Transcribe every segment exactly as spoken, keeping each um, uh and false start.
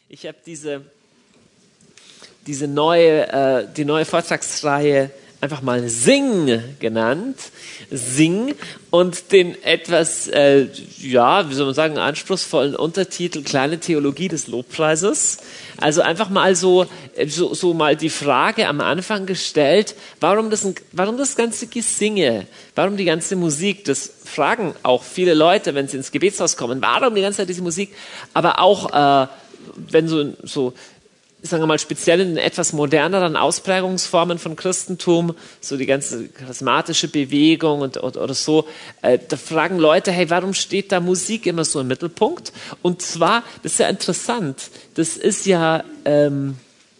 Ich habe diese, diese neue, äh, die neue Vortragsreihe einfach mal Sing genannt. Sing und den etwas, äh, ja, wie soll man sagen, anspruchsvollen Untertitel Kleine Theologie des Lobpreises. Also einfach mal so, so, so mal die Frage am Anfang gestellt, warum das, warum das ganze Gesinge, warum die ganze Musik, das fragen auch viele Leute, wenn sie ins Gebetshaus kommen, warum die ganze Zeit diese Musik, aber auch, äh, wenn so, so, sagen wir mal, speziell in etwas moderneren Ausprägungsformen von Christentum, so die ganze charismatische Bewegung und, oder, oder so, äh, da fragen Leute, hey, warum steht da Musik immer so im Mittelpunkt? Und zwar, das ist ja interessant, das ist ja, ähm,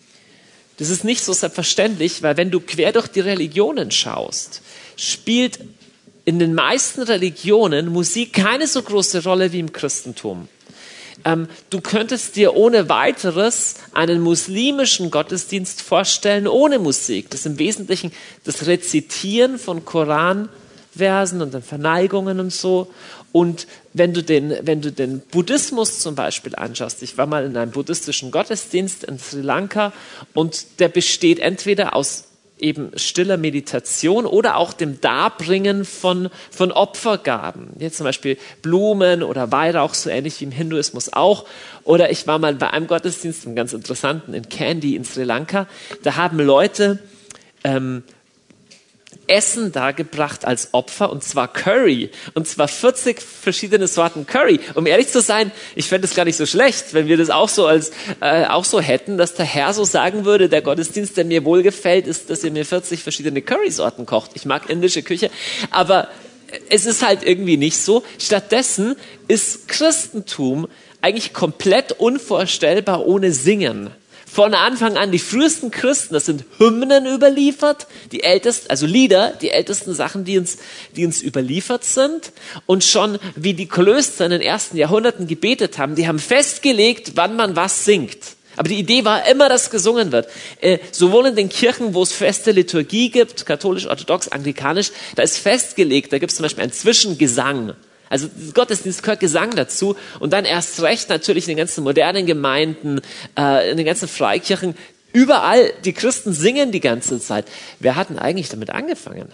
das ist nicht so selbstverständlich, weil wenn du quer durch die Religionen schaust, spielt in den meisten Religionen Musik keine so große Rolle wie im Christentum. Ähm, du könntest dir ohne weiteres einen muslimischen Gottesdienst vorstellen ohne Musik. Das ist im Wesentlichen das Rezitieren von Koranversen und den Verneigungen und so. Und wenn du den, wenn du den Buddhismus zum Beispiel anschaust, ich war mal in einem buddhistischen Gottesdienst in Sri Lanka und der besteht entweder aus eben stiller Meditation oder auch dem Darbringen von, von Opfergaben. Jetzt zum Beispiel Blumen oder Weihrauch, so ähnlich wie im Hinduismus auch. Oder ich war mal bei einem Gottesdienst, einem ganz interessanten, in Kandy in Sri Lanka. Da haben Leute ähm, Essen dargebracht als Opfer, und zwar Curry. Und zwar vierzig verschiedene Sorten Curry. Um ehrlich zu sein, ich fände es gar nicht so schlecht, wenn wir das auch so als äh, auch so hätten, dass der Herr so sagen würde, der Gottesdienst, der mir wohlgefällt, ist, dass ihr mir vierzig verschiedene Currysorten kocht. Ich mag indische Küche, aber es ist halt irgendwie nicht so. Stattdessen ist Christentum eigentlich komplett unvorstellbar ohne Singen. Von Anfang an, die frühesten Christen, das sind Hymnen überliefert, die ältesten, also Lieder, die ältesten Sachen, die uns, die uns überliefert sind. Und schon wie die Klöster in den ersten Jahrhunderten gebetet haben, die haben festgelegt, wann man was singt. Aber die Idee war immer, dass gesungen wird. Äh, sowohl in den Kirchen, wo es feste Liturgie gibt, katholisch, orthodox, anglikanisch, da ist festgelegt, da gibt es zum Beispiel einen Zwischengesang. Also Gottesdienst gehört Gesang dazu und dann erst recht natürlich in den ganzen modernen Gemeinden, äh, in den ganzen Freikirchen, überall, die Christen singen die ganze Zeit. Wer hat denn eigentlich damit angefangen?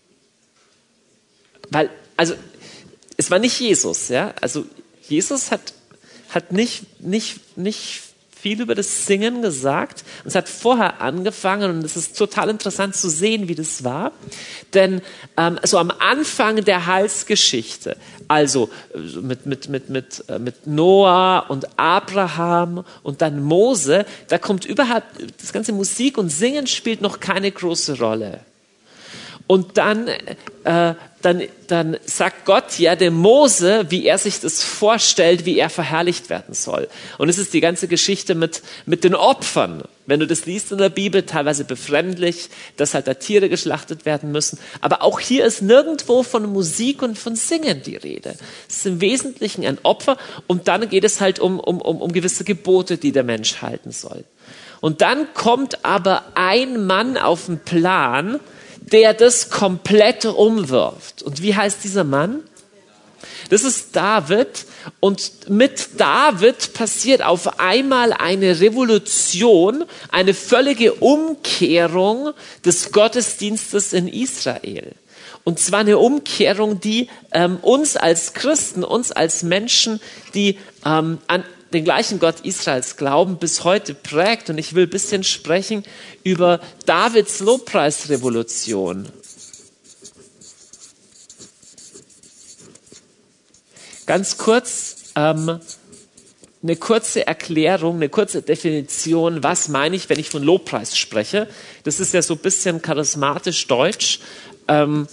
Weil, also, es war nicht Jesus, ja, also Jesus hat, hat nicht, nicht, nicht viel über das Singen gesagt. Und es hat vorher angefangen und es ist total interessant zu sehen, wie das war. Denn ähm, so am Anfang der Heilsgeschichte, also mit, mit, mit, mit, mit Noah und Abraham und dann Mose, da kommt überhaupt, das ganze Musik und Singen spielt noch keine große Rolle. Und dann, äh, dann, dann sagt Gott ja dem Mose, wie er sich das vorstellt, wie er verherrlicht werden soll. Und es ist die ganze Geschichte mit, mit den Opfern. Wenn du das liest in der Bibel, teilweise befremdlich, dass halt da Tiere geschlachtet werden müssen. Aber auch hier ist nirgendwo von Musik und von Singen die Rede. Es ist im Wesentlichen ein Opfer und dann geht es halt um, um, um, um gewisse Gebote, die der Mensch halten soll. Und dann kommt aber ein Mann auf den Plan, der das komplett umwirft. Und wie heißt dieser Mann? Das ist David. Und mit David passiert auf einmal eine Revolution, eine völlige Umkehrung des Gottesdienstes in Israel. Und zwar eine Umkehrung, die ähm, uns als Christen, uns als Menschen, die ähm, an den gleichen Gott Israels glauben, bis heute prägt. Und ich will ein bisschen sprechen über Davids Lobpreisrevolution. Ganz kurz, ähm, eine kurze Erklärung, eine kurze Definition, was meine ich, wenn ich von Lobpreis spreche. Das ist ja so ein bisschen charismatisch deutsch. Ähm,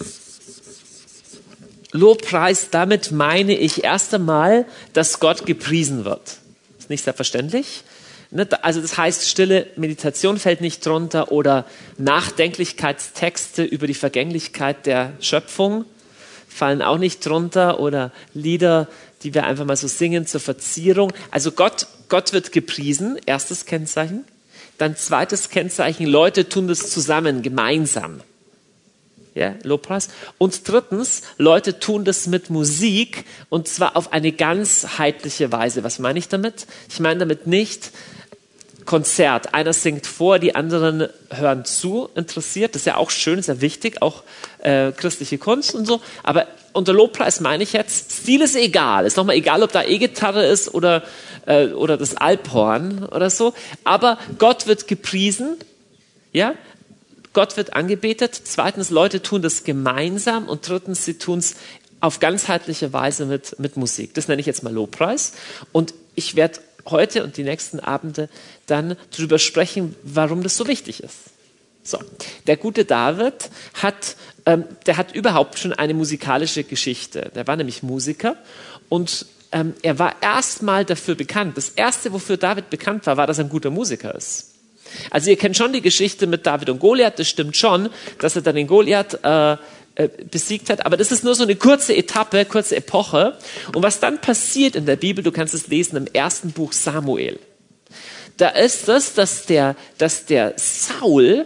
Lobpreis, damit meine ich erst einmal, dass Gott gepriesen wird. Ist nicht selbstverständlich. Also das heißt, stille Meditation fällt nicht drunter oder Nachdenklichkeitstexte über die Vergänglichkeit der Schöpfung fallen auch nicht drunter oder Lieder, die wir einfach mal so singen zur Verzierung. Also Gott, Gott wird gepriesen, erstes Kennzeichen. Dann zweites Kennzeichen, Leute tun das zusammen, gemeinsam. Ja, Lobpreis. Und drittens, Leute tun das mit Musik und zwar auf eine ganzheitliche Weise. Was meine ich damit? Ich meine damit nicht Konzert. Einer singt vor, die anderen hören zu, interessiert. Das ist ja auch schön, ist ja wichtig, auch äh, christliche Kunst und so. Aber unter Lobpreis meine ich jetzt, Stil ist egal. Ist nochmal egal, ob da E-Gitarre ist oder, äh, oder das Alphorn oder so. Aber Gott wird gepriesen, ja. Gott wird angebetet. Zweitens, Leute tun das gemeinsam. Und drittens, sie tun es auf ganzheitliche Weise mit, mit Musik. Das nenne ich jetzt mal Lobpreis. Und ich werde heute und die nächsten Abende dann darüber sprechen, warum das so wichtig ist. So, der gute David hat, ähm, der hat überhaupt schon eine musikalische Geschichte. Der war nämlich Musiker und ähm, er war erstmal dafür bekannt. Das Erste, wofür David bekannt war, war, dass er ein guter Musiker ist. Also ihr kennt schon die Geschichte mit David und Goliath, das stimmt schon, dass er dann den Goliath äh, äh, besiegt hat, aber das ist nur so eine kurze Etappe, kurze Epoche. Und was dann passiert in der Bibel, du kannst es lesen im ersten Buch Samuel, da ist es, dass der, dass der Saul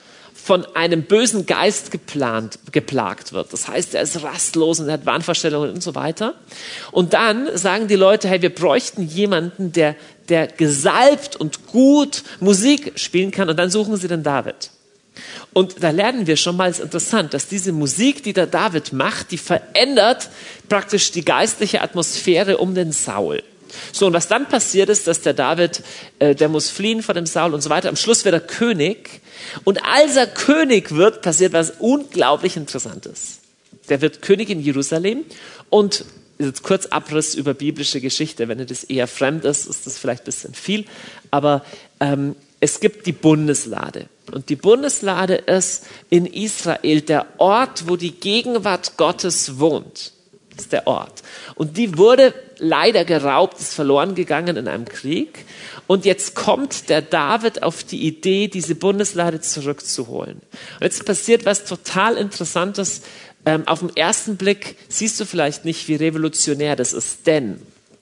von einem bösen Geist geplant, geplagt wird. Das heißt, er ist rastlos und er hat Wahnvorstellungen und so weiter. Und dann sagen die Leute, hey, wir bräuchten jemanden, der, der gesalbt und gut Musik spielen kann. Und dann suchen sie den David. Und da lernen wir schon mal, es ist interessant, dass diese Musik, die der David macht, die verändert praktisch die geistliche Atmosphäre um den Saul. So, und was dann passiert ist, dass der David, äh, der muss fliehen vor dem Saul und so weiter. Am Schluss wird er König. Und als er König wird, passiert was unglaublich Interessantes. Der wird König in Jerusalem und jetzt kurz Abriss über biblische Geschichte. Wenn dir das eher fremd ist, ist das vielleicht ein bisschen viel. Aber ähm, es gibt die Bundeslade. Und die Bundeslade ist in Israel der Ort, wo die Gegenwart Gottes wohnt. Das ist der Ort. Und die wurde leider geraubt, ist verloren gegangen in einem Krieg. Und jetzt kommt der David auf die Idee, diese Bundeslade zurückzuholen. Und jetzt passiert was total Interessantes. Ähm, auf den ersten Blick siehst du vielleicht nicht, wie revolutionär das ist. Denn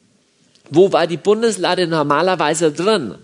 wo war die Bundeslade normalerweise drin?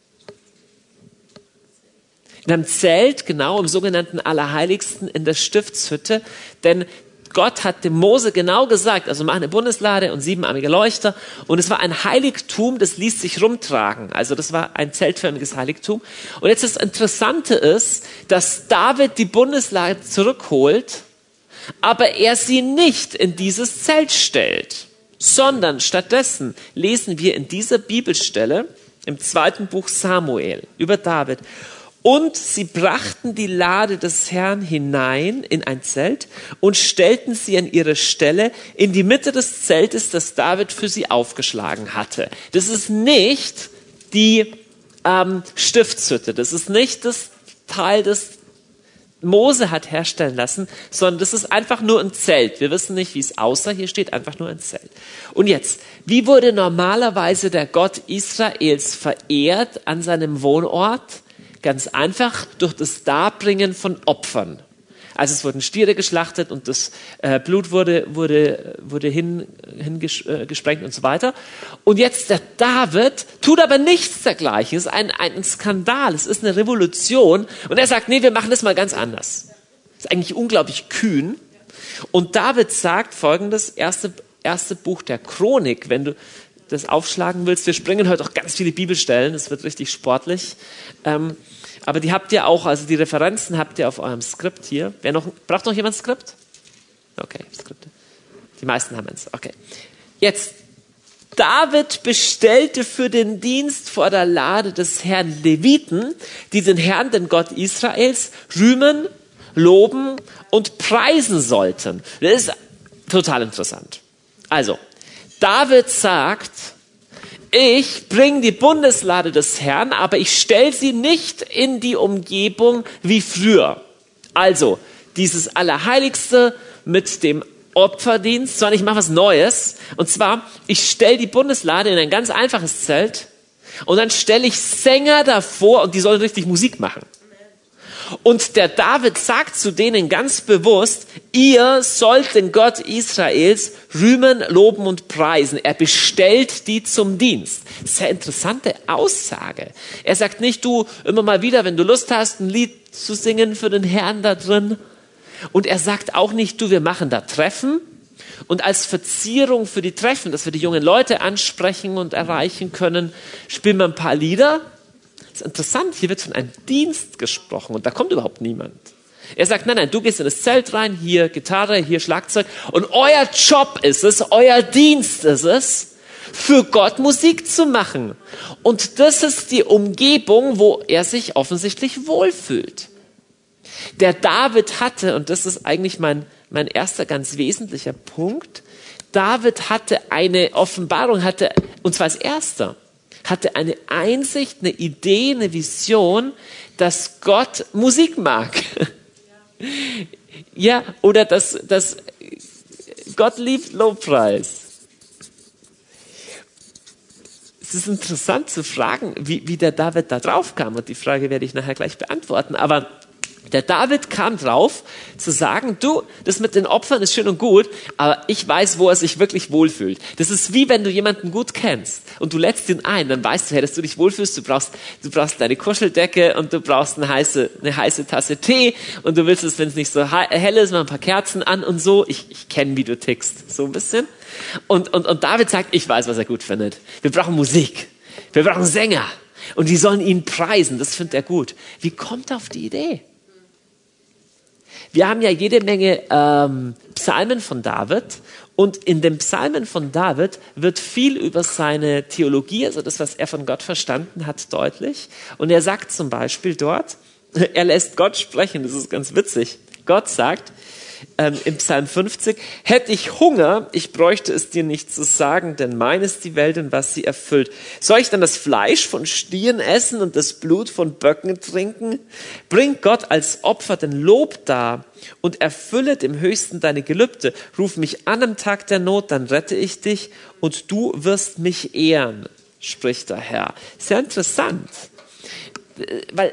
In einem Zelt, genau, im sogenannten Allerheiligsten in der Stiftshütte. Denn Gott hat dem Mose genau gesagt, also mach eine Bundeslade und siebenarmige Leuchter. Und es war ein Heiligtum, das ließ sich rumtragen. Also das war ein zeltförmiges Heiligtum. Und jetzt das Interessante ist, dass David die Bundeslade zurückholt, aber er sie nicht in dieses Zelt stellt, sondern stattdessen lesen wir in dieser Bibelstelle im zweiten Buch Samuel über David. Und sie brachten die Lade des Herrn hinein in ein Zelt und stellten sie an ihre Stelle in die Mitte des Zeltes, das David für sie aufgeschlagen hatte. Das ist nicht die ähm, Stiftshütte, das ist nicht das Teil, das Mose hat herstellen lassen, sondern das ist einfach nur ein Zelt. Wir wissen nicht, wie es aussah, hier steht einfach nur ein Zelt. Und jetzt, wie wurde normalerweise der Gott Israels verehrt an seinem Wohnort? Ganz einfach durch das Darbringen von Opfern. Also es wurden Stiere geschlachtet und das äh, Blut wurde, wurde, wurde hin, hingesprengt und so weiter. Und jetzt der David tut aber nichts dergleichen. Es ist ein, ein Skandal, es ist eine Revolution. Und er sagt, nee, wir machen das mal ganz anders. Das ist eigentlich unglaublich kühn. Und David sagt folgendes, erste, erste Buch der Chronik, wenn du das aufschlagen willst. Wir springen heute auch ganz viele Bibelstellen, das wird richtig sportlich. Ähm, aber die habt ihr auch, also die Referenzen habt ihr auf eurem Skript hier. Wer noch, braucht noch jemand ein Skript? Okay, Skripte. Die meisten haben eins. Okay. Jetzt, David bestellte für den Dienst vor der Lade des Herrn Leviten, die den Herrn, den Gott Israels, rühmen, loben und preisen sollten. Das ist total interessant. Also, David sagt, ich bringe die Bundeslade des Herrn, aber ich stelle sie nicht in die Umgebung wie früher. Also, dieses Allerheiligste mit dem Opferdienst, sondern ich mache was Neues. Und zwar, ich stelle die Bundeslade in ein ganz einfaches Zelt und dann stelle ich Sänger davor und die sollen richtig Musik machen. Und der David sagt zu denen ganz bewusst, ihr sollt den Gott Israels rühmen, loben und preisen. Er bestellt die zum Dienst. Das ist eine interessante Aussage. Er sagt nicht, du immer mal wieder, wenn du Lust hast, ein Lied zu singen für den Herrn da drin, Und er sagt auch nicht, du, wir machen da Treffen. Und als Verzierung für die Treffen, dass wir die jungen Leute ansprechen und erreichen können, spielen wir ein paar Lieder. Das ist interessant, hier wird von einem Dienst gesprochen und da kommt überhaupt niemand. Er sagt, nein, nein, du gehst in das Zelt rein, hier Gitarre, hier Schlagzeug und euer Job ist es, euer Dienst ist es, für Gott Musik zu machen. Und das ist die Umgebung, wo er sich offensichtlich wohlfühlt. Der David hatte, und das ist eigentlich mein, mein erster ganz wesentlicher Punkt, David hatte eine Offenbarung, hatte, und zwar als erster, hatte eine Einsicht, eine Idee, eine Vision, dass Gott Musik mag. Ja, oder dass, dass Gott liebt Lobpreis. Es ist interessant zu fragen, wie, wie der David da drauf kam. Und die Frage werde ich nachher gleich beantworten. Aber der David kam drauf, zu sagen, du, das mit den Opfern ist schön und gut, aber ich weiß, wo er sich wirklich wohlfühlt. Das ist wie wenn du jemanden gut kennst und du lädst ihn ein, dann weißt du, hey, dass du dich wohlfühlst, du brauchst, du brauchst deine Kuscheldecke und du brauchst eine heiße, eine heiße Tasse Tee und du willst es, wenn es nicht so hell ist, mal ein paar Kerzen an und so. Ich, ich kenne, wie du tickst, so ein bisschen. Und, und, und David sagt, ich weiß, was er gut findet. Wir brauchen Musik. Wir brauchen Sänger. Und die sollen ihn preisen. Das findet er gut. Wie kommt er auf die Idee? Wir haben ja jede Menge ähm, Psalmen von David und in den Psalmen von David wird viel über seine Theologie, also das, was er von Gott verstanden hat, deutlich. Und er sagt zum Beispiel dort, er lässt Gott sprechen, das ist ganz witzig. Gott sagt ähm, im Psalm fünfzig, hätte ich Hunger, ich bräuchte es dir nicht zu sagen, denn mein ist die Welt und was sie erfüllt. Soll ich dann das Fleisch von Stieren essen und das Blut von Böcken trinken? Bring Gott als Opfer den Lob dar und erfülle dem Höchsten deine Gelübde. Ruf mich an am Tag der Not, dann rette ich dich und du wirst mich ehren, spricht der Herr. Sehr interessant, weil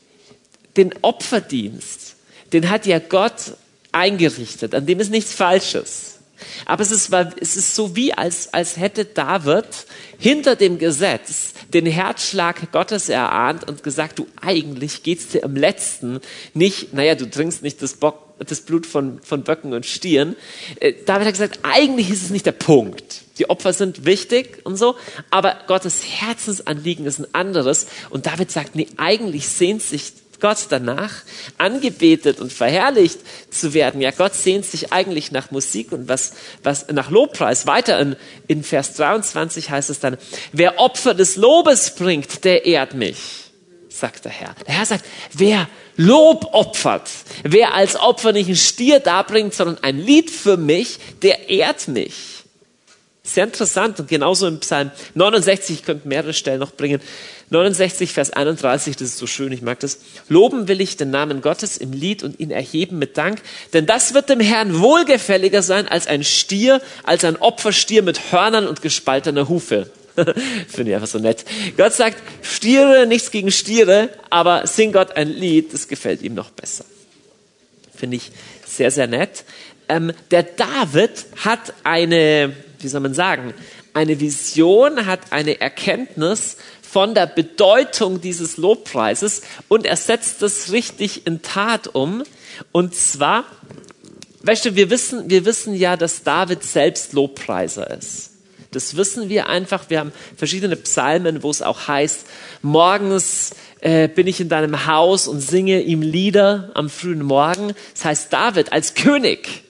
den Opferdienst, den hat ja Gott eingerichtet, an dem ist nichts Falsches. Aber es ist, es ist so wie, als, als hätte David hinter dem Gesetz den Herzschlag Gottes erahnt und gesagt, du, eigentlich geht's dir im Letzten nicht, naja, du trinkst nicht das, Bock, das Blut von, von Böcken und Stieren. Äh, David hat gesagt, eigentlich ist es nicht der Punkt. Die Opfer sind wichtig und so, aber Gottes Herzensanliegen ist ein anderes. Und David sagt, nee, eigentlich sehnt sich Gott danach, angebetet und verherrlicht zu werden. Ja, Gott sehnt sich eigentlich nach Musik und was, was nach Lobpreis. Weiter in, in Vers dreiundzwanzig heißt es dann, wer Opfer des Lobes bringt, der ehrt mich, sagt der Herr. Der Herr sagt, wer Lob opfert, wer als Opfer nicht einen Stier darbringt, sondern ein Lied für mich, der ehrt mich. Sehr interessant und genauso im Psalm neunundsechzig, ich könnte mehrere Stellen noch bringen, neunundsechzig, Vers einunddreißig, das ist so schön, ich mag das. Loben will ich den Namen Gottes im Lied und ihn erheben mit Dank, denn das wird dem Herrn wohlgefälliger sein als ein Stier, als ein Opferstier mit Hörnern und gespaltener Hufe. Finde ich einfach so nett. Gott sagt, Stiere, nichts gegen Stiere, aber sing Gott ein Lied, das gefällt ihm noch besser. Finde ich sehr, sehr nett. Ähm, der David hat eine, wie soll man sagen, eine Vision, hat eine Erkenntnis von der Bedeutung dieses Lobpreises und er setzt das richtig in Tat um. Und zwar, weißt du, wir wissen, wir wissen ja, dass David selbst Lobpreiser ist. Das wissen wir einfach. Wir haben verschiedene Psalmen, wo es auch heißt, morgens äh, bin ich in deinem Haus und singe ihm Lieder am frühen Morgen. Das heißt, David als König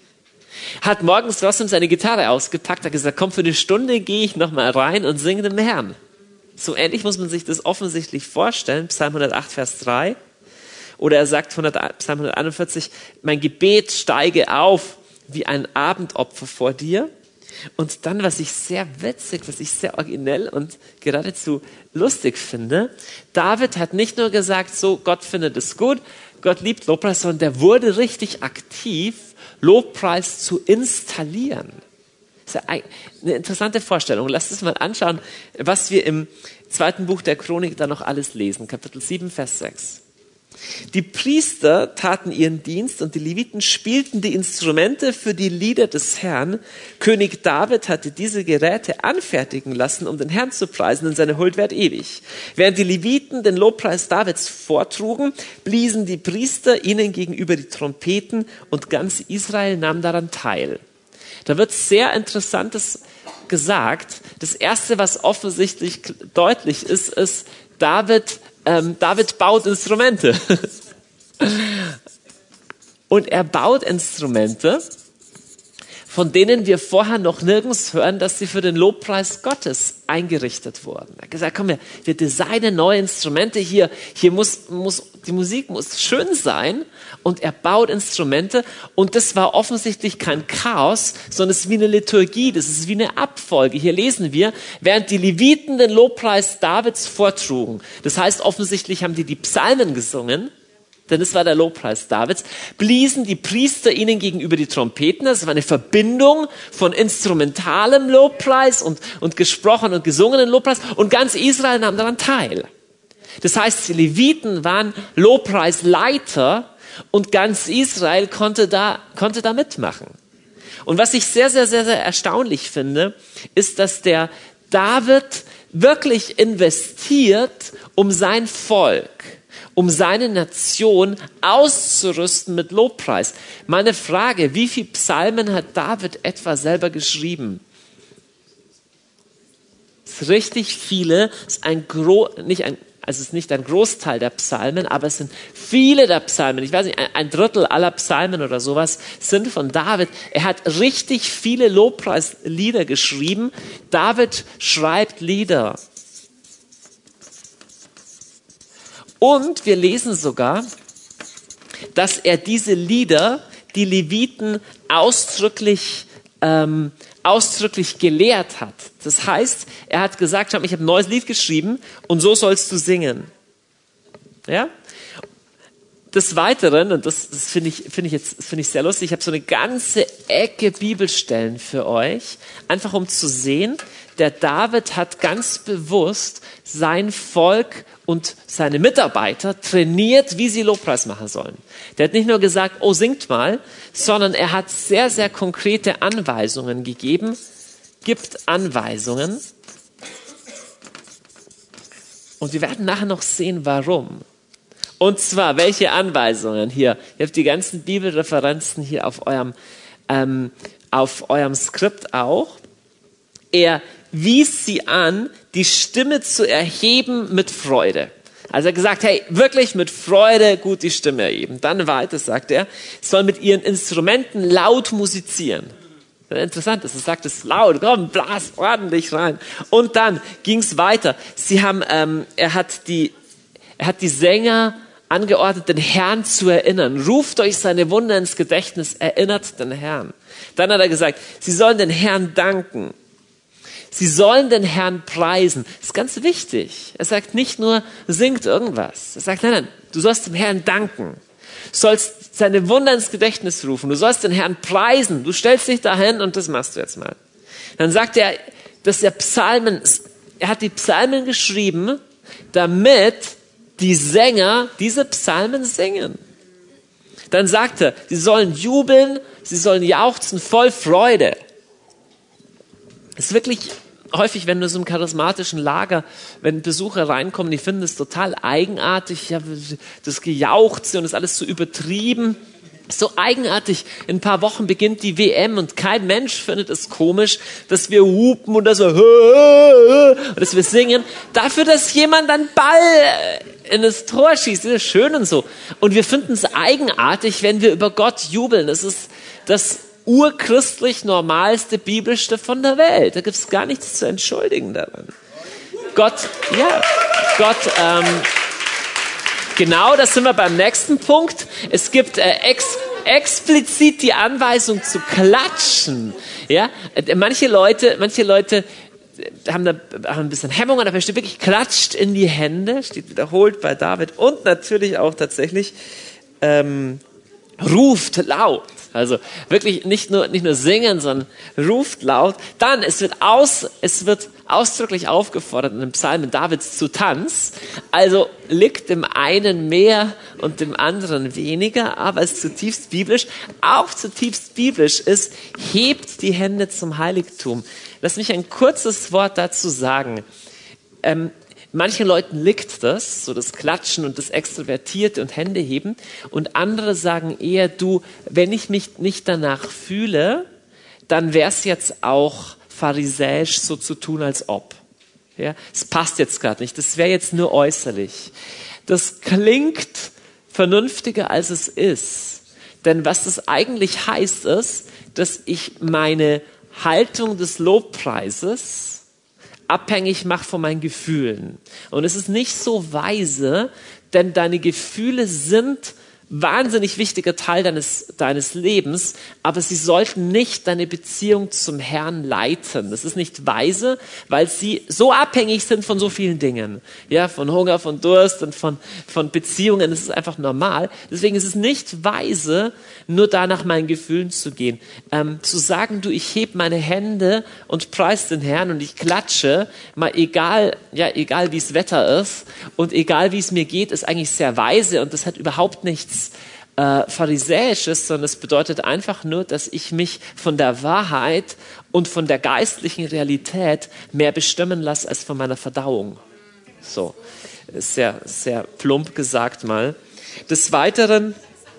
hat morgens trotzdem seine Gitarre ausgepackt, hat gesagt, komm, für eine Stunde gehe ich nochmal rein und singe dem Herrn. So ähnlich muss man sich das offensichtlich vorstellen, Psalm hundertacht, Vers drei. Oder er sagt, Psalm hunderteinundvierzig, mein Gebet steige auf wie ein Abendopfer vor dir. Und dann, was ich sehr witzig, was ich sehr originell und geradezu lustig finde, David hat nicht nur gesagt, so, Gott findet es gut, Gott liebt Lobpreis, sondern der wurde richtig aktiv, Lobpreis zu installieren. Das ist eine interessante Vorstellung. Lasst uns mal anschauen, was wir im zweiten Buch der Chronik da noch alles lesen. Kapitel sieben, Vers sechs. Die Priester taten ihren Dienst und die Leviten spielten die Instrumente für die Lieder des Herrn. König David hatte diese Geräte anfertigen lassen, um den Herrn zu preisen, denn seine Huld währt ewig. Während die Leviten den Lobpreis Davids vortrugen, bliesen die Priester ihnen gegenüber die Trompeten und ganz Israel nahm daran teil. Da wird sehr Interessantes gesagt. Das Erste, was offensichtlich deutlich ist, ist, David Ähm, David baut Instrumente. Und er baut Instrumente, von denen wir vorher noch nirgends hören, dass sie für den Lobpreis Gottes eingerichtet wurden. Er hat gesagt, komm, wir, wir designen neue Instrumente hier. Hier muss, muss, die Musik muss schön sein. Und er baut Instrumente. Und das war offensichtlich kein Chaos, sondern es ist wie eine Liturgie. Das ist wie eine Abfolge. Hier lesen wir, während die Leviten den Lobpreis Davids vortrugen. Das heißt, offensichtlich haben die die Psalmen gesungen. Denn es war der Lobpreis Davids, bliesen die Priester ihnen gegenüber die Trompeten. Das war eine Verbindung von instrumentalem Lobpreis und, und gesprochenen und gesungenen Lobpreis. Und ganz Israel nahm daran teil. Das heißt, die Leviten waren Lobpreisleiter und ganz Israel konnte da, konnte da mitmachen. Und was ich sehr, sehr, sehr, sehr erstaunlich finde, ist, dass der David wirklich investiert, um sein Volk, um seine Nation auszurüsten mit Lobpreis. Meine Frage, wie viele Psalmen hat David etwa selber geschrieben? Es ist richtig viele, es ist ein Gro- nicht ein, also es ist nicht ein Großteil der Psalmen, aber es sind viele der Psalmen. Ich weiß nicht, ein, ein Drittel aller Psalmen oder sowas sind von David. Er hat richtig viele Lobpreislieder geschrieben. David schreibt Lieder. Und wir lesen sogar, dass er diese Lieder, die Leviten, ausdrücklich, ähm, ausdrücklich gelehrt hat. Das heißt, er hat gesagt, ich habe ein neues Lied geschrieben und so sollst du singen. Ja? Des Weiteren, und das, das finde ich, finde ich jetzt, finde ich sehr lustig, ich habe so eine ganze Ecke Bibelstellen für euch, einfach um zu sehen, der David hat ganz bewusst sein Volk und seine Mitarbeiter trainiert, wie sie Lobpreis machen sollen. Der hat nicht nur gesagt, oh, singt mal, sondern er hat sehr, sehr konkrete Anweisungen gegeben, gibt Anweisungen. Und wir werden nachher noch sehen, warum. Und zwar, welche Anweisungen hier? Ihr habt die ganzen Bibelreferenzen hier auf eurem, ähm, auf eurem Skript auch. Er wies sie an, die Stimme zu erheben mit Freude. Also er hat gesagt, hey, wirklich mit Freude gut die Stimme erheben. Dann weiter sagt er, soll mit ihren Instrumenten laut musizieren. Interessant ist, er sagt es laut, komm, blas ordentlich rein. Und dann ging es weiter. Sie haben, ähm, er hat die, er hat die Sänger angeordnet, den Herrn zu erinnern. Ruft euch seine Wunder ins Gedächtnis, erinnert den Herrn. Dann hat er gesagt, sie sollen den Herrn danken. Sie sollen den Herrn preisen. Das ist ganz wichtig. Er sagt nicht nur, singt irgendwas. Er sagt, nein, nein, du sollst dem Herrn danken. Du sollst seine Wunder ins Gedächtnis rufen. Du sollst den Herrn preisen. Du stellst dich dahin und das machst du jetzt mal. Dann sagt er, dass er Psalmen, er hat die Psalmen geschrieben, damit die Sänger diese Psalmen singen. Dann sagt er, sie sollen jubeln, sie sollen jauchzen voll Freude. Es ist wirklich häufig, wenn du so im charismatischen Lager, wenn Besucher reinkommen, die finden es total eigenartig, ja, das Gejauchze und das alles so übertrieben. So eigenartig. In ein paar Wochen beginnt die W M und kein Mensch findet es komisch, dass wir hupen und dass wir, und dass wir singen. Dafür, dass jemand einen Ball in das Tor schießt, das ist schön und so. Und wir finden es eigenartig, wenn wir über Gott jubeln. Das ist das urchristlich normalste Bibelstück von der Welt. Da gibt es gar nichts zu entschuldigen daran. Gott, ja, Gott, ähm, genau, das sind wir beim nächsten Punkt. Es gibt äh, ex, explizit die Anweisung zu klatschen. Ja, manche Leute, manche Leute haben da haben ein bisschen Hemmung, aber steht wirklich klatscht in die Hände, steht wiederholt bei David und natürlich auch tatsächlich ähm, ruft laut. Also wirklich nicht nur, nicht nur singen, sondern ruft laut. Dann, es wird, aus, es wird ausdrücklich aufgefordert in den Psalmen Davids zu Tanz. Also liegt dem einen mehr und dem anderen weniger, aber es ist zutiefst biblisch. Auch zutiefst biblisch ist, hebt die Hände zum Heiligtum. Lass mich ein kurzes Wort dazu sagen. Ähm, Manchen Leuten liegt das, so das Klatschen und das Extrovertierte und Hände heben. Und andere sagen eher, du, wenn ich mich nicht danach fühle, dann wäre es jetzt auch pharisäisch, so zu tun, als ob. Ja, es passt jetzt gerade nicht, das wäre jetzt nur äußerlich. Das klingt vernünftiger, als es ist. Denn was das eigentlich heißt, ist, dass ich meine Haltung des Lobpreises abhängig macht von meinen Gefühlen. Und es ist nicht so weise, denn deine Gefühle sind wahnsinnig wichtiger Teil deines, deines Lebens, aber sie sollten nicht deine Beziehung zum Herrn leiten. Das ist nicht weise, weil sie so abhängig sind von so vielen Dingen. Ja, von Hunger, von Durst und von, von Beziehungen. Das ist einfach normal. Deswegen ist es nicht weise, nur da nach meinen Gefühlen zu gehen. Ähm, zu sagen, du, ich heb meine Hände und preis den Herrn und ich klatsche, mal egal, ja, egal wie es Wetter ist und egal wie es mir geht, ist eigentlich sehr weise und das hat überhaupt nichts Äh, Pharisäisches, sondern es bedeutet einfach nur, dass ich mich von der Wahrheit und von der geistlichen Realität mehr bestimmen lasse als von meiner Verdauung. So, sehr, sehr plump gesagt mal. Des Weiteren,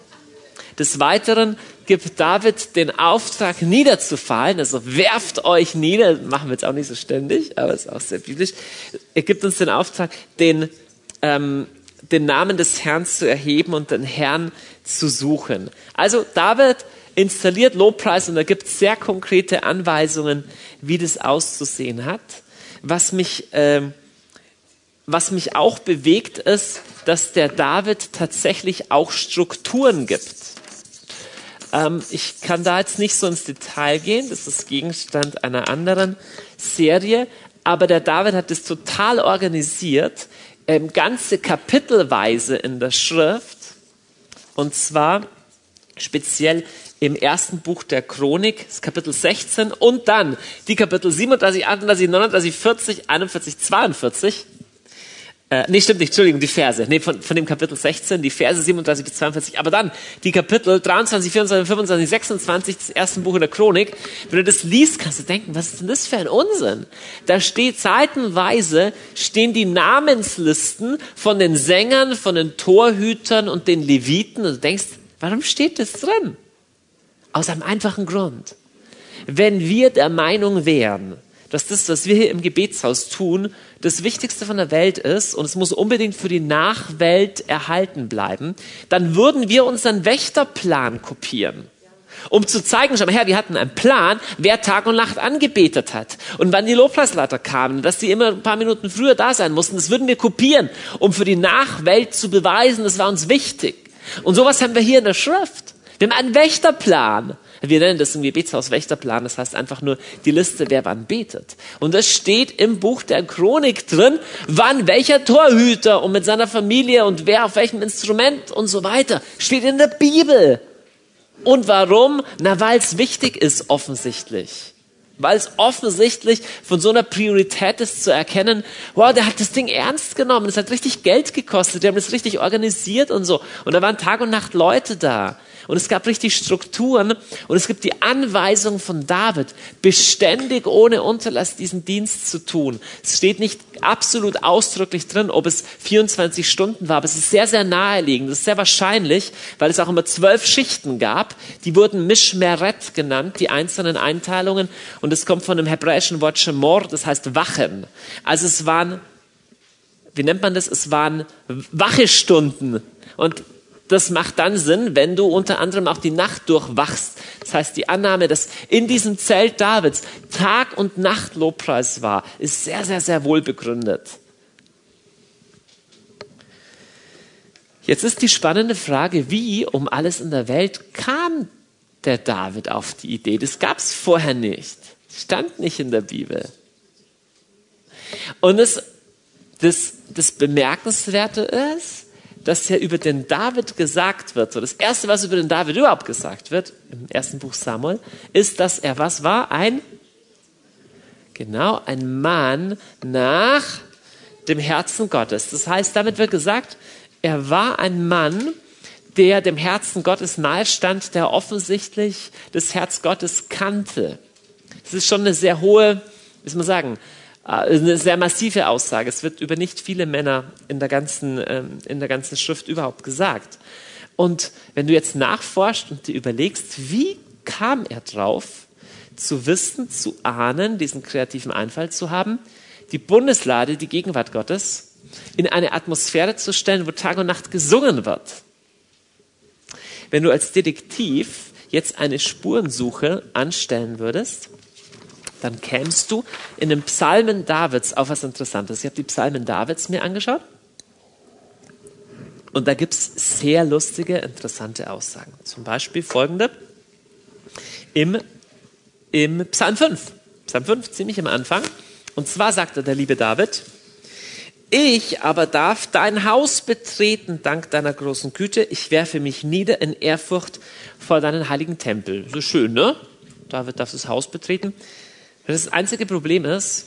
des Weiteren gibt David den Auftrag, niederzufallen, also werft euch nieder, das machen wir jetzt auch nicht so ständig, aber ist auch sehr biblisch. Er gibt uns den Auftrag, den ähm, den Namen des Herrn zu erheben und den Herrn zu suchen. Also David installiert Lobpreis und da gibt es sehr konkrete Anweisungen, wie das auszusehen hat. Was mich, äh, was mich auch bewegt ist, dass der David tatsächlich auch Strukturen gibt. Ähm, ich kann da jetzt nicht so ins Detail gehen, das ist Gegenstand einer anderen Serie, aber der David hat das total organisiert, Ähm, ganze kapitelweise in der Schrift, und zwar speziell im ersten Buch der Chronik, das Kapitel sechzehn, und dann die Kapitel siebenunddreißig, achtunddreißig, neununddreißig, vierzig, einundvierzig, zweiundvierzig. Äh, nee, stimmt nicht, Entschuldigung, die Verse. Nee, von, von dem Kapitel sechzehn, die Verse siebenunddreißig bis zweiundvierzig. Aber dann die Kapitel dreiundzwanzig, vierundzwanzig, fünfundzwanzig, sechsundzwanzig des ersten Buches der Chronik. Wenn du das liest, kannst du denken, was ist denn das für ein Unsinn? Da steht seitenweise, stehen die Namenslisten von den Sängern, von den Torhütern und den Leviten. Und du denkst, warum steht das drin? Aus einem einfachen Grund. Wenn wir der Meinung wären, dass das, was wir hier im Gebetshaus tun, das Wichtigste von der Welt ist und es muss unbedingt für die Nachwelt erhalten bleiben, dann würden wir unseren Wächterplan kopieren. Um zu zeigen, schau mal her, wir hatten einen Plan, wer Tag und Nacht angebetet hat. Und wann die Lobpreisleiter kamen, dass die immer ein paar Minuten früher da sein mussten, das würden wir kopieren, um für die Nachwelt zu beweisen, das war uns wichtig. Und sowas haben wir hier in der Schrift. Wir haben einen Wächterplan. Wir nennen das im Gebetshaus Wächterplan, das heißt einfach nur die Liste, wer wann betet. Und das steht im Buch der Chronik drin, wann welcher Torhüter und mit seiner Familie und wer auf welchem Instrument und so weiter. Steht in der Bibel. Und warum? Na, weil es wichtig ist, offensichtlich. Weil es offensichtlich von so einer Priorität ist zu erkennen, wow, der hat das Ding ernst genommen, das hat richtig Geld gekostet, die haben das richtig organisiert und so. Und da waren Tag und Nacht Leute da. Und es gab richtig Strukturen und es gibt die Anweisung von David, beständig ohne Unterlass diesen Dienst zu tun. Es steht nicht absolut ausdrücklich drin, ob es vierundzwanzig Stunden war, aber es ist sehr, sehr naheliegend. Das ist sehr wahrscheinlich, weil es auch immer zwölf Schichten gab. Die wurden Mishmeret genannt, die einzelnen Einteilungen. Und es kommt von dem hebräischen Wort Shemor, das heißt Wachen. Also es waren, wie nennt man das? Es waren Wachestunden. Und das macht dann Sinn, wenn du unter anderem auch die Nacht durchwachst. Das heißt, die Annahme, dass in diesem Zelt Davids Tag- und Nacht Lobpreis war, ist sehr, sehr, sehr wohl begründet. Jetzt ist die spannende Frage, wie um alles in der Welt kam der David auf die Idee? Das gab es vorher nicht. Stand nicht in der Bibel. Und das, das, das Bemerkenswerte ist, das ja über den David gesagt wird, so das Erste, was über den David überhaupt gesagt wird, im ersten Buch Samuel, ist, dass er was war? Ein, genau, ein Mann nach dem Herzen Gottes. Das heißt, damit wird gesagt, er war ein Mann, der dem Herzen Gottes nahe stand, der offensichtlich das Herz Gottes kannte. Das ist schon eine sehr hohe, wie soll man sagen, eine sehr massive Aussage. Es wird über nicht viele Männer in der ganzen, in der ganzen Schrift überhaupt gesagt. Und wenn du jetzt nachforschst und dir überlegst, wie kam er drauf, zu wissen, zu ahnen, diesen kreativen Einfall zu haben, die Bundeslade, die Gegenwart Gottes, in eine Atmosphäre zu stellen, wo Tag und Nacht gesungen wird. Wenn du als Detektiv jetzt eine Spurensuche anstellen würdest, dann kämst du in den Psalmen Davids auf was Interessantes. Ich habe die Psalmen Davids mir angeschaut und da gibt es sehr lustige, interessante Aussagen. Zum Beispiel folgende im, im Psalm fünf. Psalm fünf, ziemlich am Anfang. Und zwar sagte der liebe David, ich aber darf dein Haus betreten, dank deiner großen Güte. Ich werfe mich nieder in Ehrfurcht vor deinen heiligen Tempel. So schön, ne? David darf das Haus betreten. Das einzige Problem ist,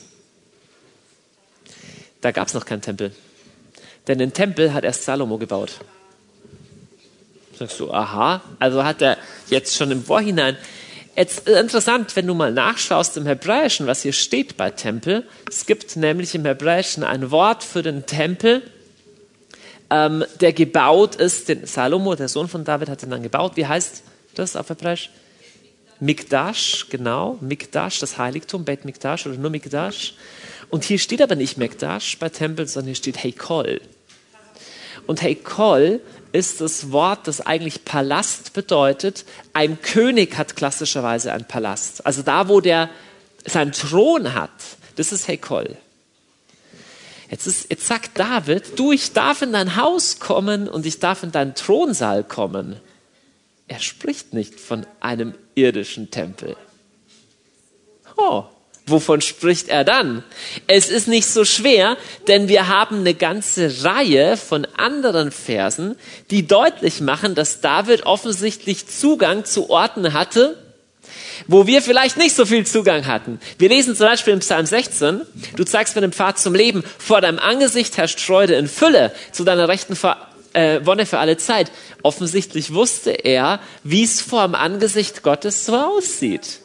da gab es noch keinen Tempel. Denn den Tempel hat erst Salomo gebaut. Sagst du, aha, also hat er jetzt schon im Vorhinein. Jetzt interessant, wenn du mal nachschaust im Hebräischen, was hier steht bei Tempel. Es gibt nämlich im Hebräischen ein Wort für den Tempel, ähm, der gebaut ist. Den Salomo, der Sohn von David, hat ihn dann gebaut. Wie heißt das auf Hebräisch? Mikdash, genau, Mikdash, das Heiligtum, Beit Mikdash oder nur Mikdash. Und hier steht aber nicht Mikdash bei Tempel, sondern hier steht Heikol. Und Heikol ist das Wort, das eigentlich Palast bedeutet. Ein König hat klassischerweise einen Palast. Also da, wo der seinen Thron hat, das ist Heikol. Jetzt, ist, jetzt sagt David, du, ich darf in dein Haus kommen und ich darf in deinen Thronsaal kommen. Er spricht nicht von einem irdischen Tempel. Oh, wovon spricht er dann? Es ist nicht so schwer, denn wir haben eine ganze Reihe von anderen Versen, die deutlich machen, dass David offensichtlich Zugang zu Orten hatte, wo wir vielleicht nicht so viel Zugang hatten. Wir lesen zum Beispiel im Psalm sechzehn, du zeigst mir den Pfad zum Leben, vor deinem Angesicht herrscht Freude in Fülle, zu deiner Rechten vor Äh, Wonne für alle Zeit. Offensichtlich wusste er, wie es vor dem Angesicht Gottes so aussieht.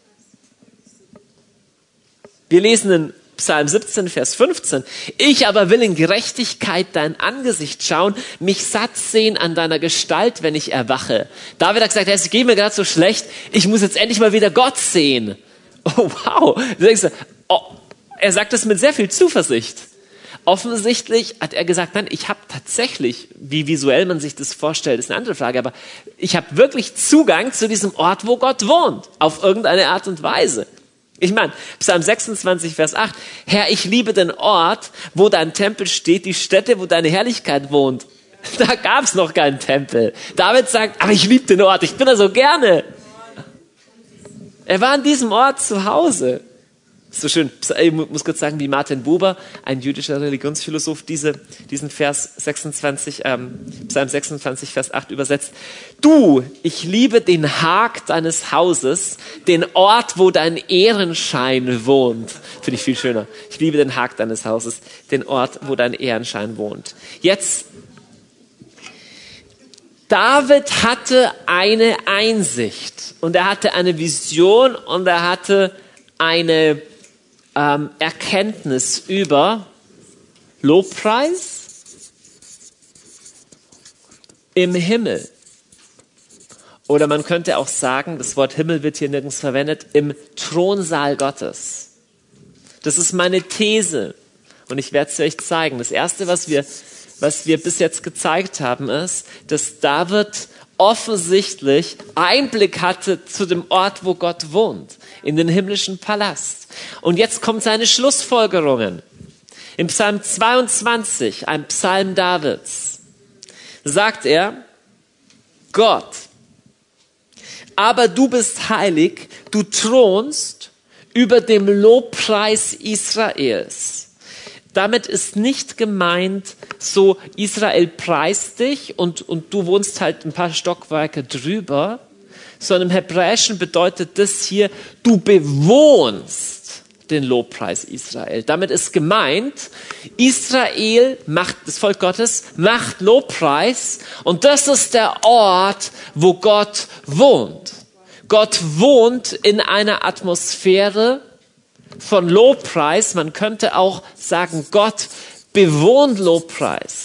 Wir lesen in Psalm siebzehn, Vers fünfzehn. Ich aber will in Gerechtigkeit dein Angesicht schauen, mich satt sehen an deiner Gestalt, wenn ich erwache. David hat gesagt, es geht mir gerade so schlecht, ich muss jetzt endlich mal wieder Gott sehen. Oh wow. Du denkst, oh, er sagt das mit sehr viel Zuversicht. Offensichtlich hat er gesagt, nein, ich habe tatsächlich, wie visuell man sich das vorstellt, ist eine andere Frage, aber ich habe wirklich Zugang zu diesem Ort, wo Gott wohnt, auf irgendeine Art und Weise. Ich meine, Psalm sechsundzwanzig, Vers acht, Herr, ich liebe den Ort, wo dein Tempel steht, die Stätte, wo deine Herrlichkeit wohnt. Da gab es noch keinen Tempel. David sagt, aber ich liebe den Ort, ich bin da so gerne. Er war an diesem Ort zu Hause. So schön, ich muss kurz sagen, wie Martin Buber, ein jüdischer Religionsphilosoph, diese, diesen Vers sechsundzwanzig, ähm, Psalm sechsundzwanzig, Vers acht übersetzt. Du, ich liebe den Hag deines Hauses, den Ort, wo dein Ehrenschein wohnt. Finde ich viel schöner. Ich liebe den Hag deines Hauses, den Ort, wo dein Ehrenschein wohnt. Jetzt, David hatte eine Einsicht und er hatte eine Vision und er hatte eine Ähm, Erkenntnis über Lobpreis im Himmel. Oder man könnte auch sagen, das Wort Himmel wird hier nirgends verwendet, im Thronsaal Gottes. Das ist meine These und ich werde es euch zeigen. Das Erste, was wir, was wir bis jetzt gezeigt haben, ist, dass David offensichtlich Einblick hatte zu dem Ort, wo Gott wohnt, in den himmlischen Palast. Und jetzt kommen seine Schlussfolgerungen. Im Psalm zweiundzwanzig, ein Psalm Davids, sagt er, Gott, aber du bist heilig, du thronst über dem Lobpreis Israels. Damit ist nicht gemeint, so Israel preist dich und, und du wohnst halt ein paar Stockwerke drüber, sondern im Hebräischen bedeutet das hier, du bewohnst den Lobpreis Israel. Damit ist gemeint, Israel macht, das Volk Gottes macht Lobpreis und das ist der Ort, wo Gott wohnt. Gott wohnt in einer Atmosphäre von Lobpreis. Man könnte auch sagen, Gott bewohnt Lobpreis.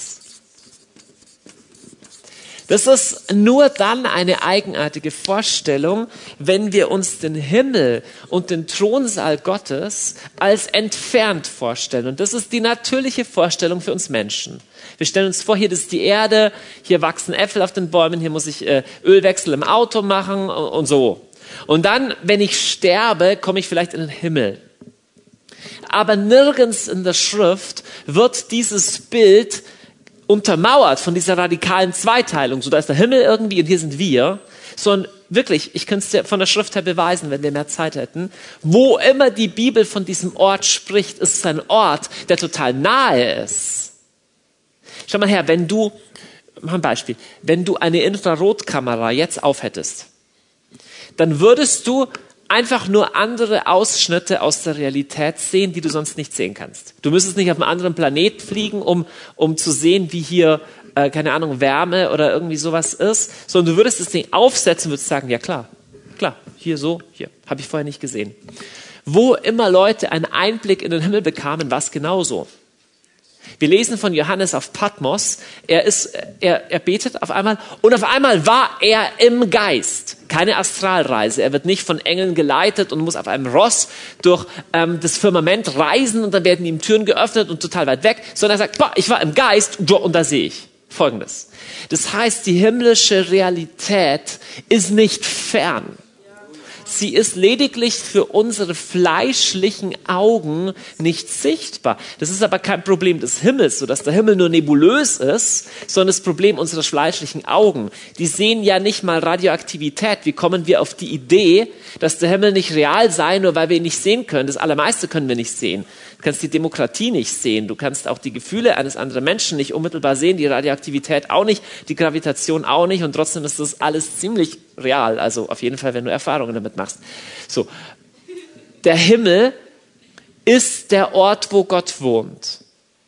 Das ist nur dann eine eigenartige Vorstellung, wenn wir uns den Himmel und den Thronsaal Gottes als entfernt vorstellen. Und das ist die natürliche Vorstellung für uns Menschen. Wir stellen uns vor, hier ist die Erde, hier wachsen Äpfel auf den Bäumen, hier muss ich äh, Ölwechsel im Auto machen und, und so. Und dann, wenn ich sterbe, komme ich vielleicht in den Himmel. Aber nirgends in der Schrift wird dieses Bild untermauert von dieser radikalen Zweiteilung. So, da ist der Himmel irgendwie und hier sind wir. Sondern wirklich, ich könnte es dir von der Schrift her beweisen, wenn wir mehr Zeit hätten. Wo immer die Bibel von diesem Ort spricht, ist es ein Ort, der total nahe ist. Schau mal her, wenn du, mach ein Beispiel, wenn du eine Infrarotkamera jetzt aufhättest, dann würdest du einfach nur andere Ausschnitte aus der Realität sehen, die du sonst nicht sehen kannst. Du müsstest nicht auf einen anderen Planet fliegen, um, um zu sehen, wie hier, äh, keine Ahnung, Wärme oder irgendwie sowas ist, sondern du würdest das Ding aufsetzen und würdest sagen, ja klar, klar, hier so, hier, habe ich vorher nicht gesehen. Wo immer Leute einen Einblick in den Himmel bekamen, war es genauso. Wir lesen von Johannes auf Patmos, er, ist, er, er betet auf einmal und auf einmal war er im Geist. Keine Astralreise, er wird nicht von Engeln geleitet und muss auf einem Ross durch ähm, das Firmament reisen und dann werden ihm Türen geöffnet und total weit weg, sondern er sagt, boah, ich war im Geist und da sehe ich Folgendes. Das heißt, die himmlische Realität ist nicht fern. Sie ist lediglich für unsere fleischlichen Augen nicht sichtbar. Das ist aber kein Problem des Himmels, sodass der Himmel nur nebulös ist, sondern das Problem unserer fleischlichen Augen. Die sehen ja nicht mal Radioaktivität. Wie kommen wir auf die Idee, dass der Himmel nicht real sei, nur weil wir ihn nicht sehen können? Das Allermeiste können wir nicht sehen. Du kannst die Demokratie nicht sehen. Du kannst auch die Gefühle eines anderen Menschen nicht unmittelbar sehen, die Radioaktivität auch nicht, die Gravitation auch nicht und trotzdem ist das alles ziemlich real. Also auf jeden Fall, wenn du Erfahrungen damit machst. So. Der Himmel ist der Ort, wo Gott wohnt.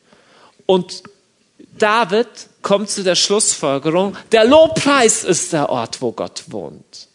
Und David kommt zu der Schlussfolgerung, der Lobpreis ist der Ort, wo Gott wohnt.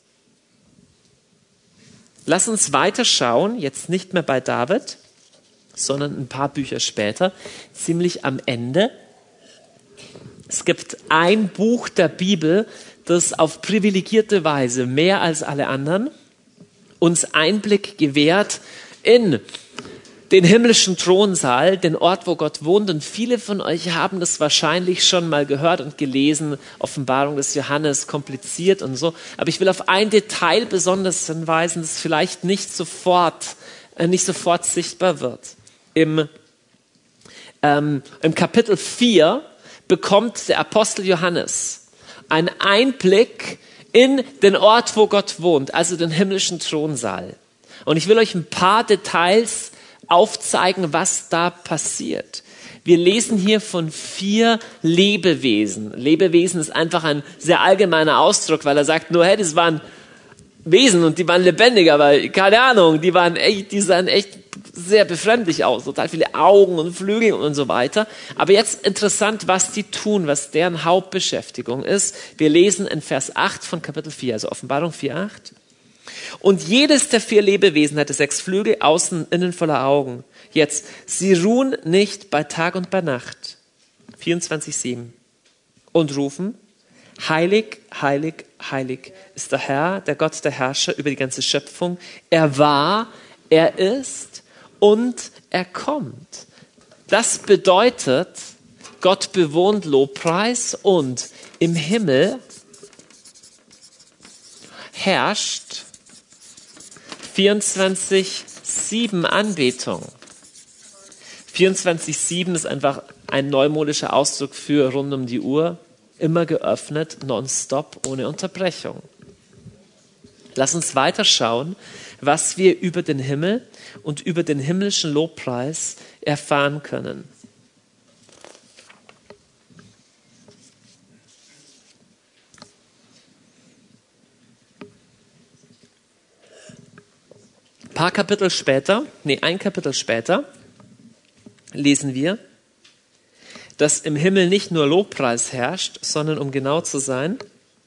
Lass uns weiterschauen, jetzt nicht mehr bei David, sondern ein paar Bücher später, ziemlich am Ende. Es gibt ein Buch der Bibel, das auf privilegierte Weise, mehr als alle anderen, uns Einblick gewährt in den himmlischen Thronsaal, den Ort, wo Gott wohnt. Und viele von euch haben das wahrscheinlich schon mal gehört und gelesen, Offenbarung des Johannes, kompliziert und so. Aber ich will auf ein Detail besonders hinweisen, das vielleicht nicht sofort, äh, nicht sofort sichtbar wird. Im, ähm, im Kapitel vier bekommt der Apostel Johannes einen Einblick in den Ort, wo Gott wohnt, also den himmlischen Thronsaal. Und ich will euch ein paar Details aufzeigen, was da passiert. Wir lesen hier von vier Lebewesen. Lebewesen ist einfach ein sehr allgemeiner Ausdruck, weil er sagt nur, hey, das waren Wesen und die waren lebendig, aber keine Ahnung, die waren echt, die sahen echt sehr befremdlich aus, total viele Augen und Flügel und so weiter. Aber jetzt interessant, was die tun, was deren Hauptbeschäftigung ist. Wir lesen in Vers acht von Kapitel vier, also Offenbarung vier, acht. Und jedes der vier Lebewesen hatte sechs Flügel, außen, innen voller Augen. Jetzt, sie ruhen nicht bei Tag und bei Nacht. vierundzwanzig sieben. Und rufen, heilig, heilig, heilig ist der Herr, der Gott, der Herrscher über die ganze Schöpfung. Er war, er ist und er kommt. Das bedeutet, Gott bewohnt Lobpreis und im Himmel herrscht vierundzwanzig sieben Anbetung. vierundzwanzig sieben ist einfach ein neumodischer Ausdruck für rund um die Uhr, immer geöffnet, nonstop, ohne Unterbrechung. Lass uns weiter schauen, was wir über den Himmel und über den himmlischen Lobpreis erfahren können. Ein paar Kapitel später, nee, ein Kapitel später, lesen wir, dass im Himmel nicht nur Lobpreis herrscht, sondern um genau zu sein,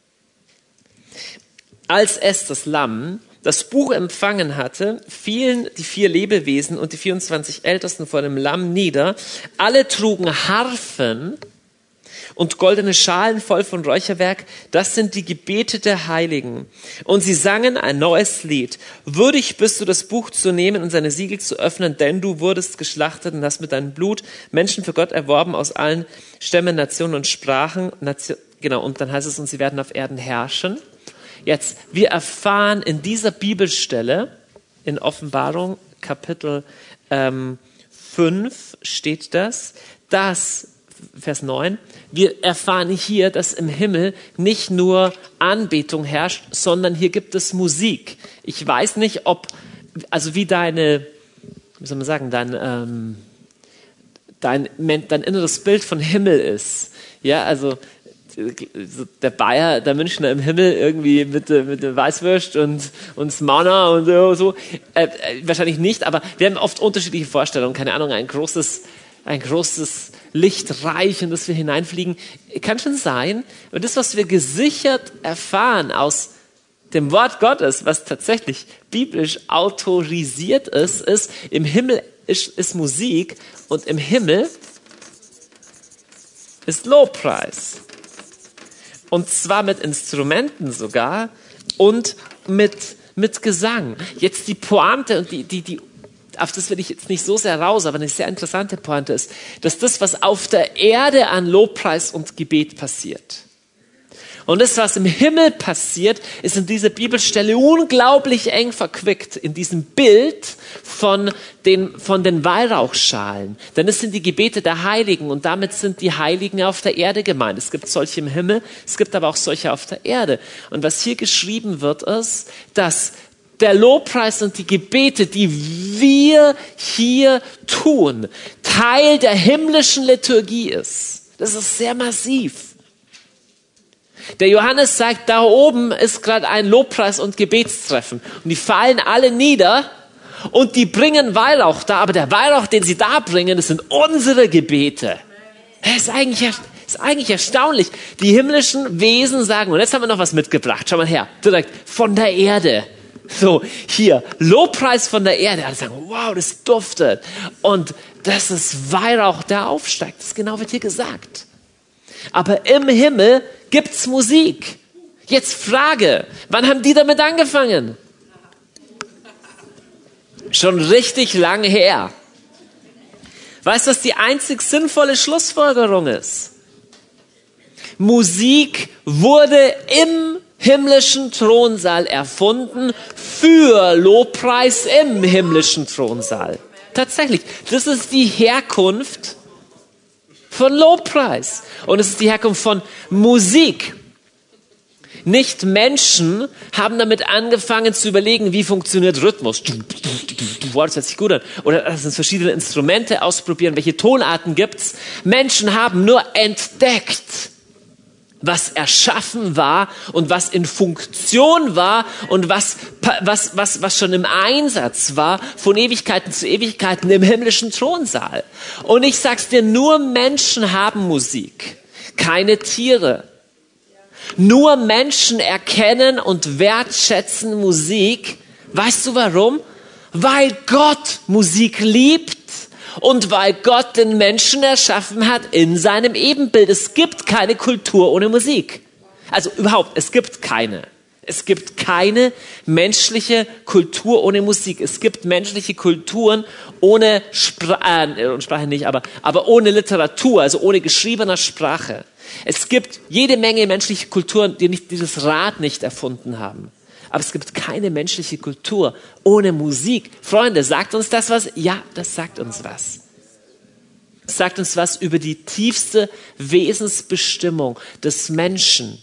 als es das Lamm das Buch empfangen hatte, fielen die vier Lebewesen und die vierundzwanzig Ältesten vor dem Lamm nieder. Alle trugen Harfen und goldene Schalen voll von Räucherwerk. Das sind die Gebete der Heiligen. Und sie sangen ein neues Lied. Würdig bist du, das Buch zu nehmen und seine Siegel zu öffnen, denn du wurdest geschlachtet und hast mit deinem Blut Menschen für Gott erworben aus allen Stämmen, Nationen und Sprachen. Nation, genau, und dann heißt es, und sie werden auf Erden herrschen. Jetzt, wir erfahren in dieser Bibelstelle, in Offenbarung Kapitel ähm, fünf steht das, dass, Vers neun, wir erfahren hier, dass im Himmel nicht nur Anbetung herrscht, sondern hier gibt es Musik. Ich weiß nicht, ob, also wie deine, wie soll man sagen, dein, ähm, dein, dein inneres Bild von Himmel ist. Ja, also der Bayer, der Münchner im Himmel irgendwie mit, mit der Weißwurst und, und Smana und so. so. Äh, wahrscheinlich nicht, aber wir haben oft unterschiedliche Vorstellungen. Keine Ahnung, ein großes, ein großes Lichtreich, in das wir hineinfliegen. Kann schon sein. Aber das, was wir gesichert erfahren aus dem Wort Gottes, was tatsächlich biblisch autorisiert ist, ist, im Himmel ist, ist Musik und im Himmel ist Lobpreis. Und zwar mit Instrumenten sogar und mit, mit Gesang. Jetzt die Pointe, und die, die, die, auf das will ich jetzt nicht so sehr raus, aber eine sehr interessante Pointe ist, dass das, was auf der Erde an Lobpreis und Gebet passiert, und das, was im Himmel passiert, ist in dieser Bibelstelle unglaublich eng verquickt in diesem Bild von den, von den Weihrauchschalen. Denn es sind die Gebete der Heiligen und damit sind die Heiligen auf der Erde gemeint. Es gibt solche im Himmel, es gibt aber auch solche auf der Erde. Und was hier geschrieben wird, ist, dass der Lobpreis und die Gebete, die wir hier tun, Teil der himmlischen Liturgie ist. Das ist sehr massiv. Der Johannes sagt, da oben ist gerade ein Lobpreis- und Gebetstreffen. Und die fallen alle nieder und die bringen Weihrauch da. Aber der Weihrauch, den sie da bringen, das sind unsere Gebete. Das ist eigentlich, ist eigentlich erstaunlich. Die himmlischen Wesen sagen, und jetzt haben wir noch was mitgebracht. Schau mal her, direkt von der Erde. So, hier, Lobpreis von der Erde. Alle sagen, wow, das duftet. Und das ist Weihrauch, der aufsteigt. Das genau wird hier gesagt. Aber im Himmel gibt's Musik. Jetzt Frage, wann haben die damit angefangen? Schon richtig lang her. Weißt du, was die einzig sinnvolle Schlussfolgerung ist? Musik wurde im himmlischen Thronsaal erfunden für Lobpreis im himmlischen Thronsaal. Tatsächlich, das ist die Herkunft von Lobpreis. Und es ist die Herkunft von Musik. Nicht Menschen haben damit angefangen zu überlegen, wie funktioniert Rhythmus. Wow, das hört sich gut an. Oder lass uns verschiedene Instrumente ausprobieren, welche Tonarten gibt's. Menschen haben nur entdeckt, was erschaffen war und was in Funktion war und was, was, was, was schon im Einsatz war, von Ewigkeiten zu Ewigkeiten im himmlischen Thronsaal. Und ich sag's dir, nur Menschen haben Musik, keine Tiere. Nur Menschen erkennen und wertschätzen Musik. Weißt du warum? Weil Gott Musik liebt. Und weil Gott den Menschen erschaffen hat in seinem Ebenbild. Es gibt keine Kultur ohne Musik. Also überhaupt, es gibt keine. Es gibt keine menschliche Kultur ohne Musik. Es gibt menschliche Kulturen ohne Sprache, äh, Sprache nicht, aber, aber ohne Literatur, also ohne geschriebener Sprache. Es gibt jede Menge menschliche Kulturen, die nicht, dieses Rad nicht erfunden haben. Aber es gibt keine menschliche Kultur ohne Musik. Freunde, sagt uns das was? Ja, das sagt uns was. Es sagt uns was über die tiefste Wesensbestimmung des Menschen.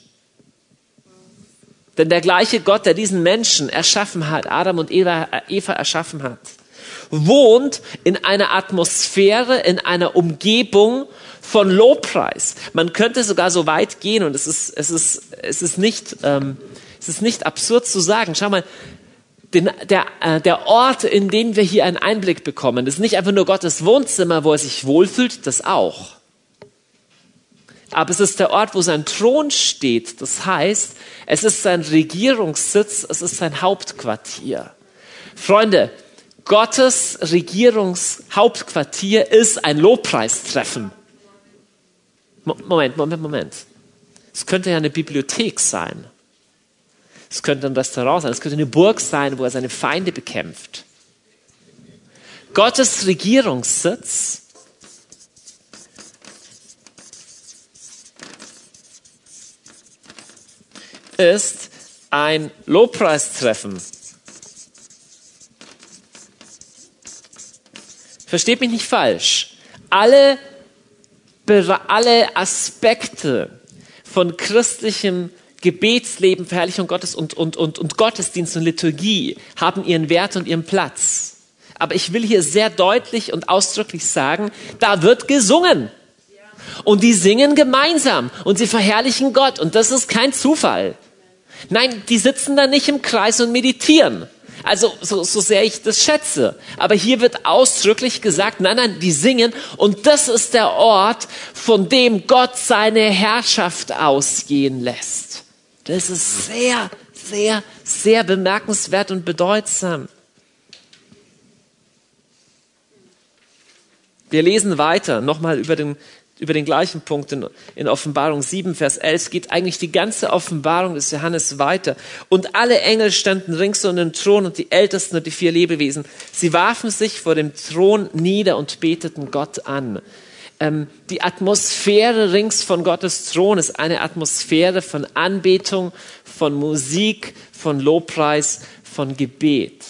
Denn der gleiche Gott, der diesen Menschen erschaffen hat, Adam und Eva, Eva erschaffen hat, wohnt in einer Atmosphäre, in einer Umgebung von Lobpreis. Man könnte sogar so weit gehen und es ist, es ist, es ist nicht, ähm, es ist nicht absurd zu sagen. Schau mal, den, der, äh, der Ort, in den wir hier einen Einblick bekommen, ist nicht einfach nur Gottes Wohnzimmer, wo er sich wohlfühlt, das auch. Aber es ist der Ort, wo sein Thron steht. Das heißt, es ist sein Regierungssitz, es ist sein Hauptquartier. Freunde, Gottes Regierungshauptquartier ist ein Lobpreistreffen. Moment, Moment, Moment. Es könnte ja eine Bibliothek sein. Es könnte ein Restaurant sein. Es könnte eine Burg sein, wo er seine Feinde bekämpft. Gottes Regierungssitz ist ein Lobpreistreffen. Versteht mich nicht falsch. Alle, alle Aspekte von christlichem Gebetsleben, Verherrlichung Gottes und, und, und, und Gottesdienst und Liturgie haben ihren Wert und ihren Platz. Aber ich will hier sehr deutlich und ausdrücklich sagen, da wird gesungen. Und die singen gemeinsam und sie verherrlichen Gott. Und das ist kein Zufall. Nein, die sitzen da nicht im Kreis und meditieren. Also so, so sehr ich das schätze. Aber hier wird ausdrücklich gesagt, nein, nein, die singen. Und das ist der Ort, von dem Gott seine Herrschaft ausgehen lässt. Das ist sehr, sehr, sehr bemerkenswert und bedeutsam. Wir lesen weiter, nochmal über den, über den gleichen Punkt in, in Offenbarung sieben, Vers elf, geht eigentlich die ganze Offenbarung des Johannes weiter. Und alle Engel standen rings um den Thron und die Ältesten und die vier Lebewesen. Sie warfen sich vor dem Thron nieder und beteten Gott an. Ähm, die Atmosphäre rings von Gottes Thron ist eine Atmosphäre von Anbetung, von Musik, von Lobpreis, von Gebet.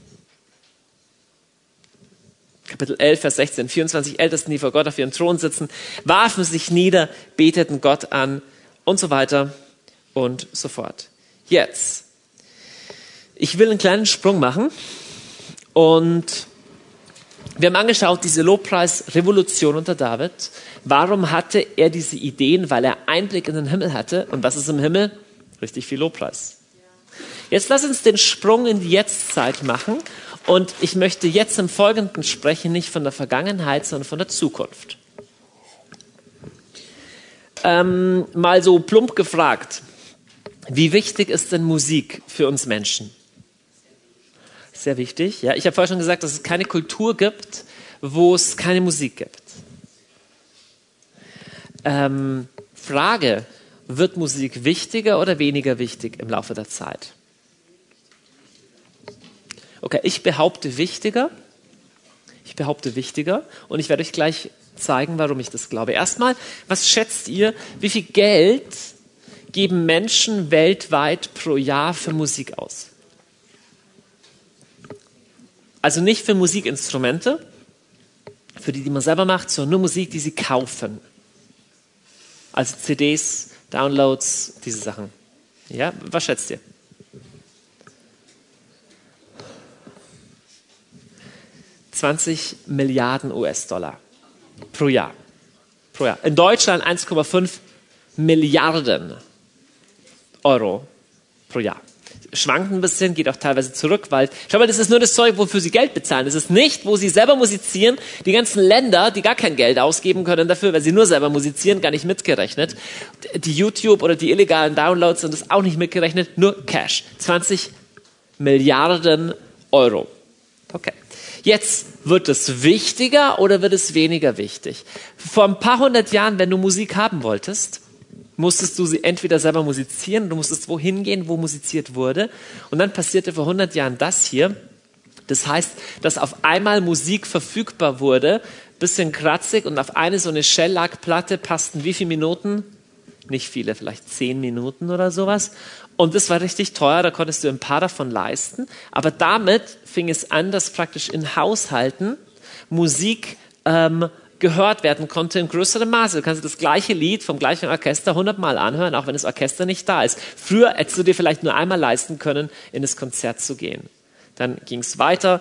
Kapitel elf, Vers sechzehn, vierundzwanzig Ältesten, die vor Gott auf ihrem Thron sitzen, warfen sich nieder, beteten Gott an und so weiter und so fort. Jetzt, ich will einen kleinen Sprung machen und wir haben angeschaut, diese Lobpreisrevolution unter David. Warum hatte er diese Ideen? Weil er Einblick in den Himmel hatte. Und was ist im Himmel? Richtig viel Lobpreis. Jetzt lass uns den Sprung in die Jetztzeit machen. Und ich möchte jetzt im Folgenden sprechen, nicht von der Vergangenheit, sondern von der Zukunft. Ähm, mal so plump gefragt, wie wichtig ist denn Musik für uns Menschen? Sehr wichtig. Ja, ich habe vorher schon gesagt, dass es keine Kultur gibt, wo es keine Musik gibt. Ähm, Frage, wird Musik wichtiger oder weniger wichtig im Laufe der Zeit? Okay, ich behaupte wichtiger. Ich behaupte wichtiger und ich werde euch gleich zeigen, warum ich das glaube. Erstmal, was schätzt ihr, wie viel Geld geben Menschen weltweit pro Jahr für Musik aus? Also nicht für Musikinstrumente, für die, die man selber macht, sondern nur Musik, die sie kaufen. Also C Ds, Downloads, diese Sachen. Ja, was schätzt ihr? zwanzig Milliarden U S-Dollar pro Jahr. Pro Jahr. In Deutschland eins Komma fünf Milliarden Euro pro Jahr. Schwankt ein bisschen, geht auch teilweise zurück, weil, schau mal, das ist nur das Zeug, wofür sie Geld bezahlen. Das ist nicht, wo sie selber musizieren. Die ganzen Länder, die gar kein Geld ausgeben können dafür, weil sie nur selber musizieren, gar nicht mitgerechnet. Die YouTube oder die illegalen Downloads sind das auch nicht mitgerechnet, nur Cash. zwanzig Milliarden Euro. Okay. Jetzt, wird es wichtiger oder wird es weniger wichtig? Vor ein paar hundert Jahren, wenn du Musik haben wolltest, musstest du sie entweder selber musizieren, du musstest wohin gehen, wo musiziert wurde. Und dann passierte vor hundert Jahren das hier. Das heißt, dass auf einmal Musik verfügbar wurde, bisschen kratzig, und auf eine so eine Shellac-Platte passten wie viele Minuten? Nicht viele, vielleicht zehn Minuten oder sowas. Und das war richtig teuer, da konntest du ein paar davon leisten. Aber damit fing es an, dass praktisch in Haushalten Musik ähm, gehört werden konnte in größerem Maße. Du kannst das gleiche Lied vom gleichen Orchester hundertmal anhören, auch wenn das Orchester nicht da ist. Früher hättest du dir vielleicht nur einmal leisten können, in das Konzert zu gehen. Dann ging es weiter.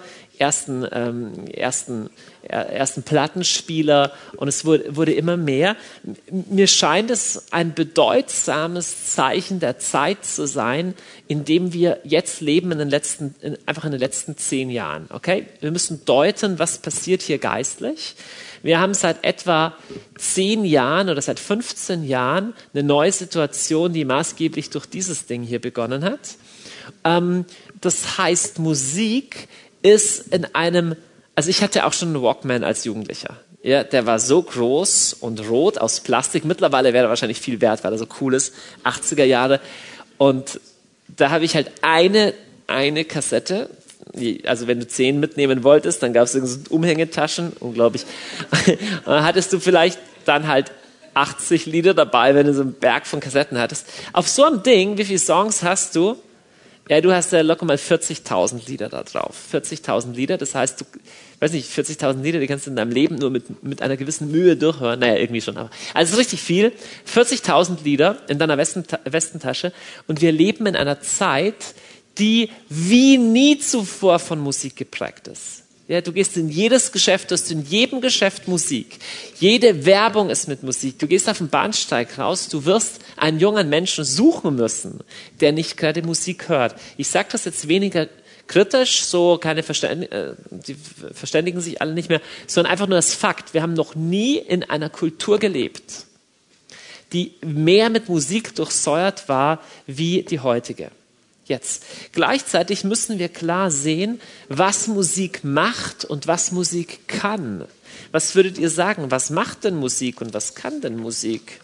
ersten, ähm, ersten, äh, ersten Plattenspieler und es wurde, wurde immer mehr. Mir scheint es ein bedeutsames Zeichen der Zeit zu sein, in dem wir jetzt leben, in den letzten, in, einfach in den letzten zehn Jahren. Okay? Wir müssen deuten, was passiert hier geistlich. Wir haben seit etwa zehn Jahren oder seit fünfzehn Jahren eine neue Situation, die maßgeblich durch dieses Ding hier begonnen hat. Ähm, das heißt, Musik ist in einem, also ich hatte auch schon einen Walkman als Jugendlicher. Ja, der war so groß und rot aus Plastik. Mittlerweile wäre er wahrscheinlich viel wert, weil er so cool ist. achtziger Jahre. Und da habe ich halt eine, eine Kassette. Also wenn du zehn mitnehmen wolltest, dann gab es so Umhängetaschen, unglaublich. Und dann hattest du vielleicht dann halt achtzig Lieder dabei, wenn du so einen Berg von Kassetten hattest. Auf so einem Ding, wie viele Songs hast du? Ja, du hast ja locker mal vierzigtausend Lieder da drauf. vierzigtausend Lieder, das heißt, du, weiß nicht, vierzigtausend Lieder, die kannst du in deinem Leben nur mit, mit einer gewissen Mühe durchhören. Naja, irgendwie schon, aber. Also es ist richtig viel. vierzigtausend Lieder in deiner Westen, Westentasche und wir leben in einer Zeit, die wie nie zuvor von Musik geprägt ist. Ja, du gehst in jedes Geschäft, du hast in jedem Geschäft Musik. Jede Werbung ist mit Musik. Du gehst auf den Bahnsteig raus, du wirst einen jungen Menschen suchen müssen, der nicht gerade Musik hört. Ich sage das jetzt weniger kritisch, so keine Verständ äh, die verständigen sich alle nicht mehr, sondern einfach nur das Fakt. Wir haben noch nie in einer Kultur gelebt, die mehr mit Musik durchsäuert war wie die heutige. Jetzt. Gleichzeitig müssen wir klar sehen, was Musik macht und was Musik kann. Was würdet ihr sagen? Was macht denn Musik und was kann denn Musik?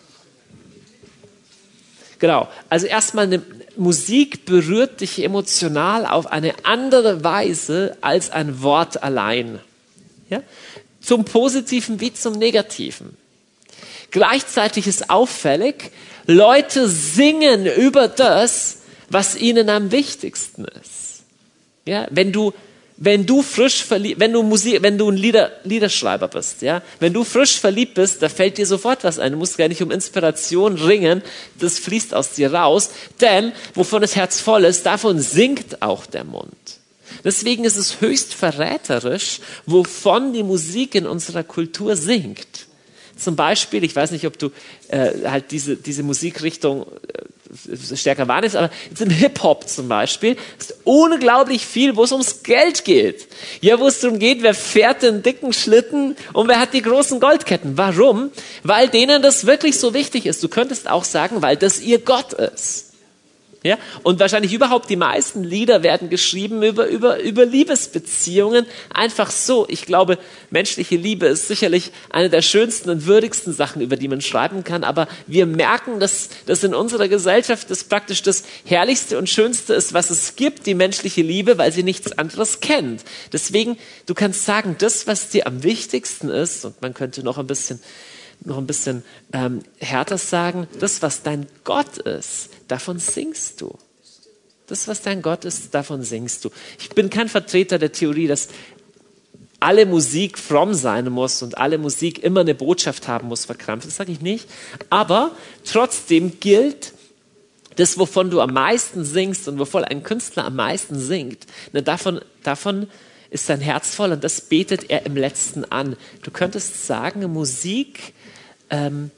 Genau. Also erstmal, eine Musik berührt dich emotional auf eine andere Weise als ein Wort allein. Ja? Zum Positiven wie zum Negativen. Gleichzeitig ist auffällig, Leute singen über das, was ihnen am wichtigsten ist. Ja, wenn du, wenn du frisch verliebt, wenn du Musik, wenn du ein Lieder, Liederschreiber bist, ja, wenn du frisch verliebt bist, da fällt dir sofort was ein. Du musst gar nicht um Inspiration ringen, das fließt aus dir raus, denn wovon das Herz voll ist, davon singt auch der Mund. Deswegen ist es höchst verräterisch, wovon die Musik in unserer Kultur singt. Zum Beispiel, ich weiß nicht, ob du äh, halt diese, diese Musikrichtung äh, stärker wahrnimmst, aber jetzt im Hip-Hop zum Beispiel ist unglaublich viel, wo es ums Geld geht. Ja, wo es darum geht, wer fährt den dicken Schlitten und wer hat die großen Goldketten. Warum? Weil denen das wirklich so wichtig ist. Du könntest auch sagen, weil das ihr Gott ist. Ja? Und wahrscheinlich überhaupt die meisten Lieder werden geschrieben über, über, über Liebesbeziehungen. Einfach so. Ich glaube, menschliche Liebe ist sicherlich eine der schönsten und würdigsten Sachen, über die man schreiben kann. Aber wir merken, dass das in unserer Gesellschaft das praktisch das Herrlichste und Schönste ist, was es gibt, die menschliche Liebe, weil sie nichts anderes kennt. Deswegen, du kannst sagen, das, was dir am wichtigsten ist, und man könnte noch ein bisschen noch ein bisschen ähm, härter sagen, das, was dein Gott ist, davon singst du. Das, was dein Gott ist, davon singst du. Ich bin kein Vertreter der Theorie, dass alle Musik fromm sein muss und alle Musik immer eine Botschaft haben muss, verkrampft. Das sage ich nicht. Aber trotzdem gilt, das, wovon du am meisten singst und wovon ein Künstler am meisten singt, ne, davon, davon ist sein Herz voll und das betet er im Letzten an. Du könntest sagen, Musik ähm,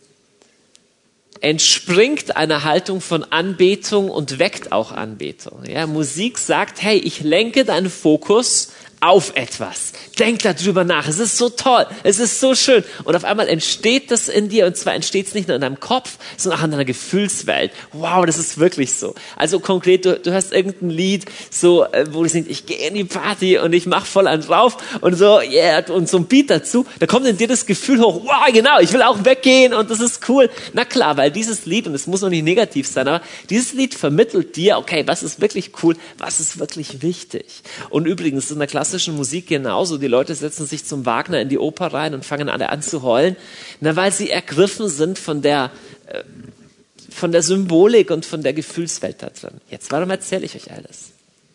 entspringt einer Haltung von Anbetung und weckt auch Anbetung. Ja, Musik sagt, hey, ich lenke deinen Fokus auf etwas. Denk darüber nach. Es ist so toll. Es ist so schön. Und auf einmal entsteht das in dir. Und zwar entsteht es nicht nur in deinem Kopf, sondern auch in deiner Gefühlswelt. Wow, das ist wirklich so. Also konkret, du, du hast irgendein Lied, so, wo du singst, ich gehe in die Party und ich mach voll einen drauf und so, yeah, und so ein Beat dazu. Da kommt in dir das Gefühl hoch, wow, genau, ich will auch weggehen und das ist cool. Na klar, weil dieses Lied, und es muss noch nicht negativ sein, aber dieses Lied vermittelt dir, okay, was ist wirklich cool, was ist wirklich wichtig. Und übrigens, in der klassischen Musik genauso. Die Leute setzen sich zum Wagner in die Oper rein und fangen alle an zu heulen, na, weil sie ergriffen sind von der, äh, von der Symbolik und von der Gefühlswelt da drin. Jetzt, warum erzähle ich euch alles?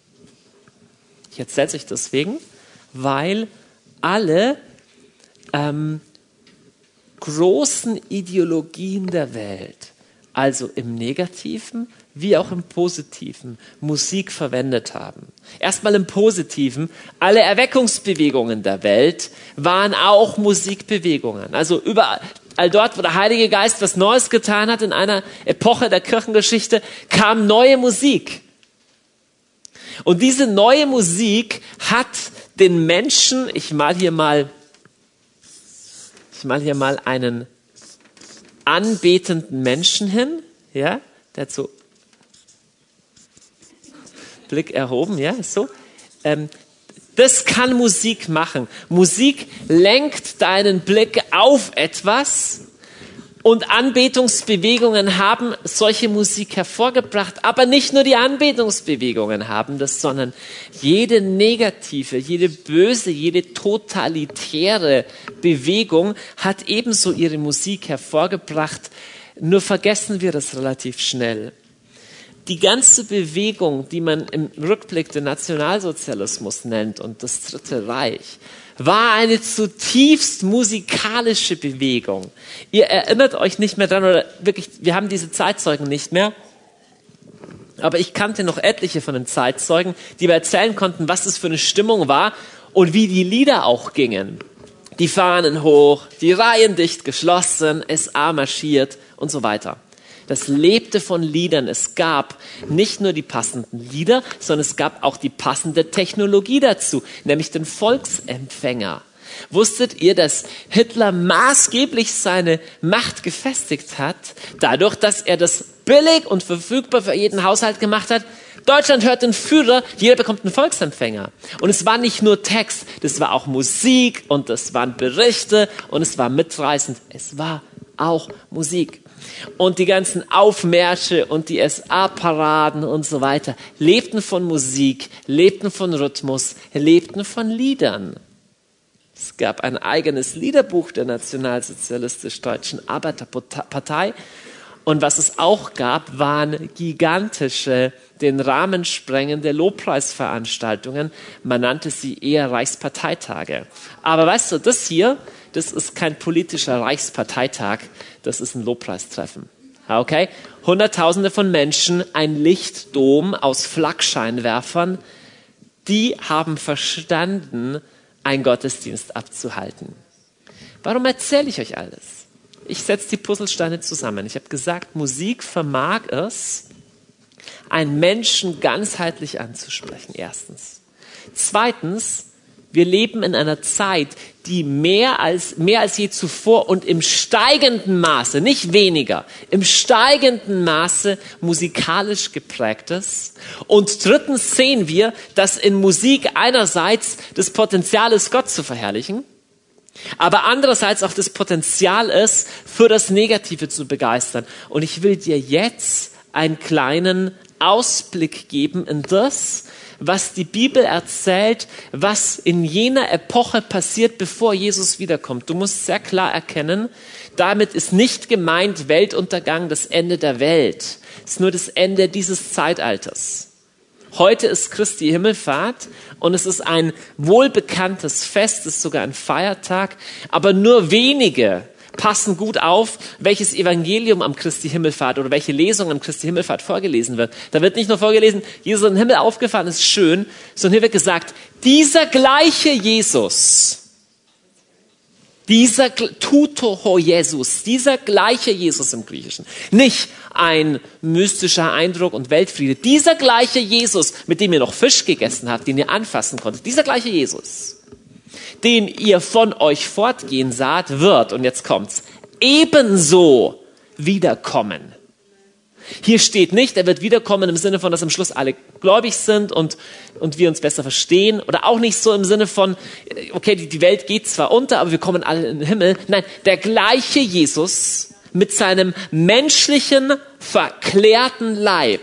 Ich erzähle es euch deswegen, weil alle ähm, großen Ideologien der Welt, also im Negativen wie auch im Positiven Musik verwendet haben. Erstmal im Positiven, alle Erweckungsbewegungen der Welt waren auch Musikbewegungen. Also überall dort, wo der Heilige Geist was Neues getan hat, in einer Epoche der Kirchengeschichte, kam neue Musik. Und diese neue Musik hat den Menschen, ich mal hier mal, ich mal hier mal einen anbetenden Menschen hin, ja, der hat so Blick erhoben, ja, so. Ähm, das kann Musik machen. Musik lenkt deinen Blick auf etwas und Anbetungsbewegungen haben solche Musik hervorgebracht. Aber nicht nur die Anbetungsbewegungen haben das, sondern jede negative, jede böse, jede totalitäre Bewegung hat ebenso ihre Musik hervorgebracht. Nur vergessen wir das relativ schnell. Die ganze Bewegung, die man im Rückblick den Nationalsozialismus nennt und das Dritte Reich, war eine zutiefst musikalische Bewegung. Ihr erinnert euch nicht mehr dran, oder wirklich, wir haben diese Zeitzeugen nicht mehr, aber ich kannte noch etliche von den Zeitzeugen, die mir erzählen konnten, was das für eine Stimmung war und wie die Lieder auch gingen. Die Fahnen hoch, die Reihen dicht geschlossen, S A marschiert und so weiter. Das lebte von Liedern. Es gab nicht nur die passenden Lieder, sondern es gab auch die passende Technologie dazu, nämlich den Volksempfänger. Wusstet ihr, dass Hitler maßgeblich seine Macht gefestigt hat, dadurch, dass er das billig und verfügbar für jeden Haushalt gemacht hat? Deutschland hört den Führer, jeder bekommt einen Volksempfänger. Und es war nicht nur Text, das war auch Musik und das waren Berichte und es war mitreißend. Es war auch Musik. Und die ganzen Aufmärsche und die S A-Paraden und so weiter lebten von Musik, lebten von Rhythmus, lebten von Liedern. Es gab ein eigenes Liederbuch der nationalsozialistisch-deutschen Arbeiterpartei. Und was es auch gab, waren gigantische, den Rahmen sprengende Lobpreisveranstaltungen. Man nannte sie eher Reichsparteitage. Aber weißt du, das hier, das ist kein politischer Reichsparteitag, das ist ein Lobpreistreffen. Okay? Hunderttausende von Menschen, ein Lichtdom aus Flakscheinwerfern, die haben verstanden, einen Gottesdienst abzuhalten. Warum erzähle ich euch alles? Ich setze die Puzzlesteine zusammen. Ich habe gesagt, Musik vermag es, einen Menschen ganzheitlich anzusprechen, erstens. Zweitens, wir leben in einer Zeit, die mehr als, mehr als je zuvor und im steigenden Maße, nicht weniger, im steigenden Maße musikalisch geprägt ist. Und drittens sehen wir, dass in Musik einerseits das Potenzial ist, Gott zu verherrlichen, aber andererseits auch das Potenzial ist, für das Negative zu begeistern. Und ich will dir jetzt einen kleinen Ausblick geben in das, was die Bibel erzählt, was in jener Epoche passiert, bevor Jesus wiederkommt. Du musst sehr klar erkennen, damit ist nicht gemeint Weltuntergang, das Ende der Welt. Es ist nur das Ende dieses Zeitalters. Heute ist Christi Himmelfahrt und es ist ein wohlbekanntes Fest, es ist sogar ein Feiertag, aber nur wenige passen gut auf, welches Evangelium am Christi Himmelfahrt oder welche Lesung am Christi Himmelfahrt vorgelesen wird. Da wird nicht nur vorgelesen, Jesus ist in den Himmel aufgefahren, ist schön, sondern hier wird gesagt, dieser gleiche Jesus, dieser Tuto ho Jesus, dieser gleiche Jesus im Griechischen, nicht ein mystischer Eindruck und Weltfriede, dieser gleiche Jesus, mit dem ihr noch Fisch gegessen habt, den ihr anfassen konntet, dieser gleiche Jesus, den ihr von euch fortgehen saht, wird, und jetzt kommt's, ebenso wiederkommen. Hier steht nicht, er wird wiederkommen im Sinne von, dass am Schluss alle gläubig sind und, und wir uns besser verstehen. Oder auch nicht so im Sinne von, okay, die, die Welt geht zwar unter, aber wir kommen alle in den Himmel. Nein, der gleiche Jesus mit seinem menschlichen, verklärten Leib.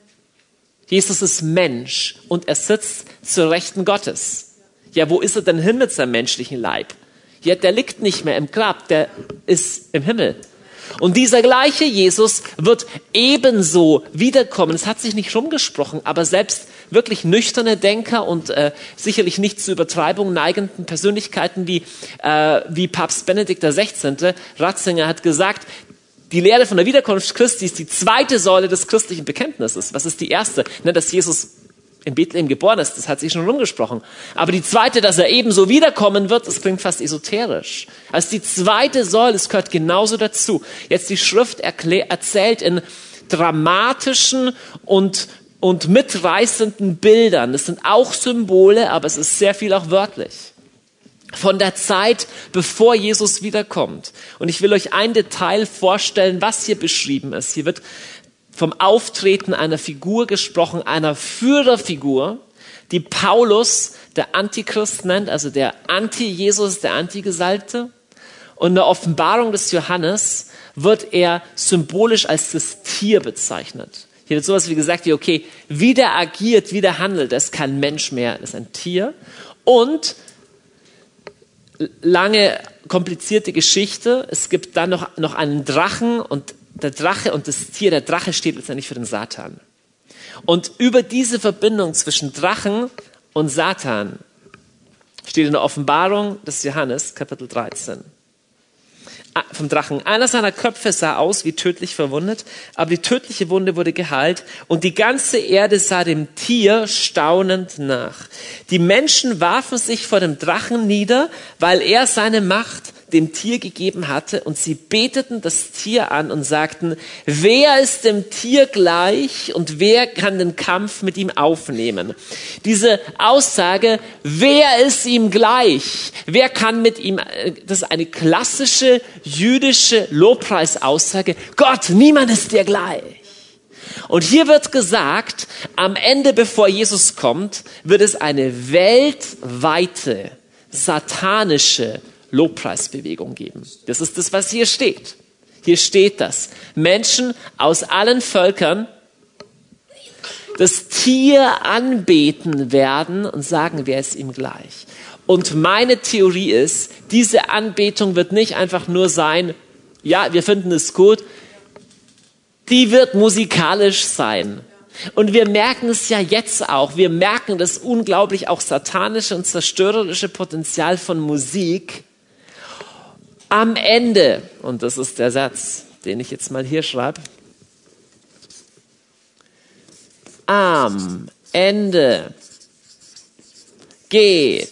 Jesus ist Mensch und er sitzt zur Rechten Gottes. Ja, wo ist er denn hin mit seinem menschlichen Leib? Ja, der liegt nicht mehr im Grab, der ist im Himmel. Und dieser gleiche Jesus wird ebenso wiederkommen. Es hat sich nicht rumgesprochen, aber selbst wirklich nüchterne Denker und äh, sicherlich nicht zu Übertreibung neigenden Persönlichkeiten wie, äh, wie Papst Benedikt der Sechzehnte Ratzinger hat gesagt, Die Lehre von der Wiederkunft Christi ist die zweite Säule des christlichen Bekenntnisses. Was ist die erste? Ne, dass Jesus in Bethlehem geboren ist, das hat sich schon rumgesprochen. Aber die zweite, dass er ebenso wiederkommen wird, das klingt fast esoterisch. Also die zweite Säule, das gehört genauso dazu. Jetzt die Schrift erklär, erzählt in dramatischen und, und mitreißenden Bildern. Das sind auch Symbole, aber es ist sehr viel auch wörtlich. Von der Zeit, bevor Jesus wiederkommt. Und ich will euch ein Detail vorstellen, was hier beschrieben ist. Hier wird vom Auftreten einer Figur gesprochen, einer Führerfigur, die Paulus der Antichrist nennt, also der Anti-Jesus, der Antigesalbte. Und in der Offenbarung des Johannes wird er symbolisch als das Tier bezeichnet. Hier wird sowas wie gesagt, wie okay, wie der agiert, wie der handelt, das ist kein Mensch mehr, das ist ein Tier. Und lange, komplizierte Geschichte, es gibt dann noch, noch einen Drachen und der Drache und das Tier, der Drache steht letztendlich für den Satan. Und über diese Verbindung zwischen Drachen und Satan steht in der Offenbarung des Johannes, Kapitel dreizehn. Vom Drachen. Einer seiner Köpfe sah aus wie tödlich verwundet, aber die tödliche Wunde wurde geheilt und die ganze Erde sah dem Tier staunend nach. Die Menschen warfen sich vor dem Drachen nieder, weil er seine Macht dem Tier gegeben hatte, und sie beteten das Tier an und sagten, wer ist dem Tier gleich und wer kann den Kampf mit ihm aufnehmen? Diese Aussage, wer ist ihm gleich? Wer kann mit ihm, das ist eine klassische jüdische Lobpreisaussage, Gott, niemand ist dir gleich. Und hier wird gesagt, am Ende, bevor Jesus kommt, wird es eine weltweite, satanische Lobpreisbewegung geben. Das ist das, was hier steht. Hier steht das. Menschen aus allen Völkern das Tier anbeten werden und sagen, wer ist ihm gleich. Und meine Theorie ist, diese Anbetung wird nicht einfach nur sein, ja, wir finden es gut, die wird musikalisch sein. Und wir merken es ja jetzt auch. Wir merken das unglaublich auch satanische und zerstörerische Potenzial von Musik. Am Ende, und das ist der Satz, den ich jetzt mal hier schreibe, am Ende geht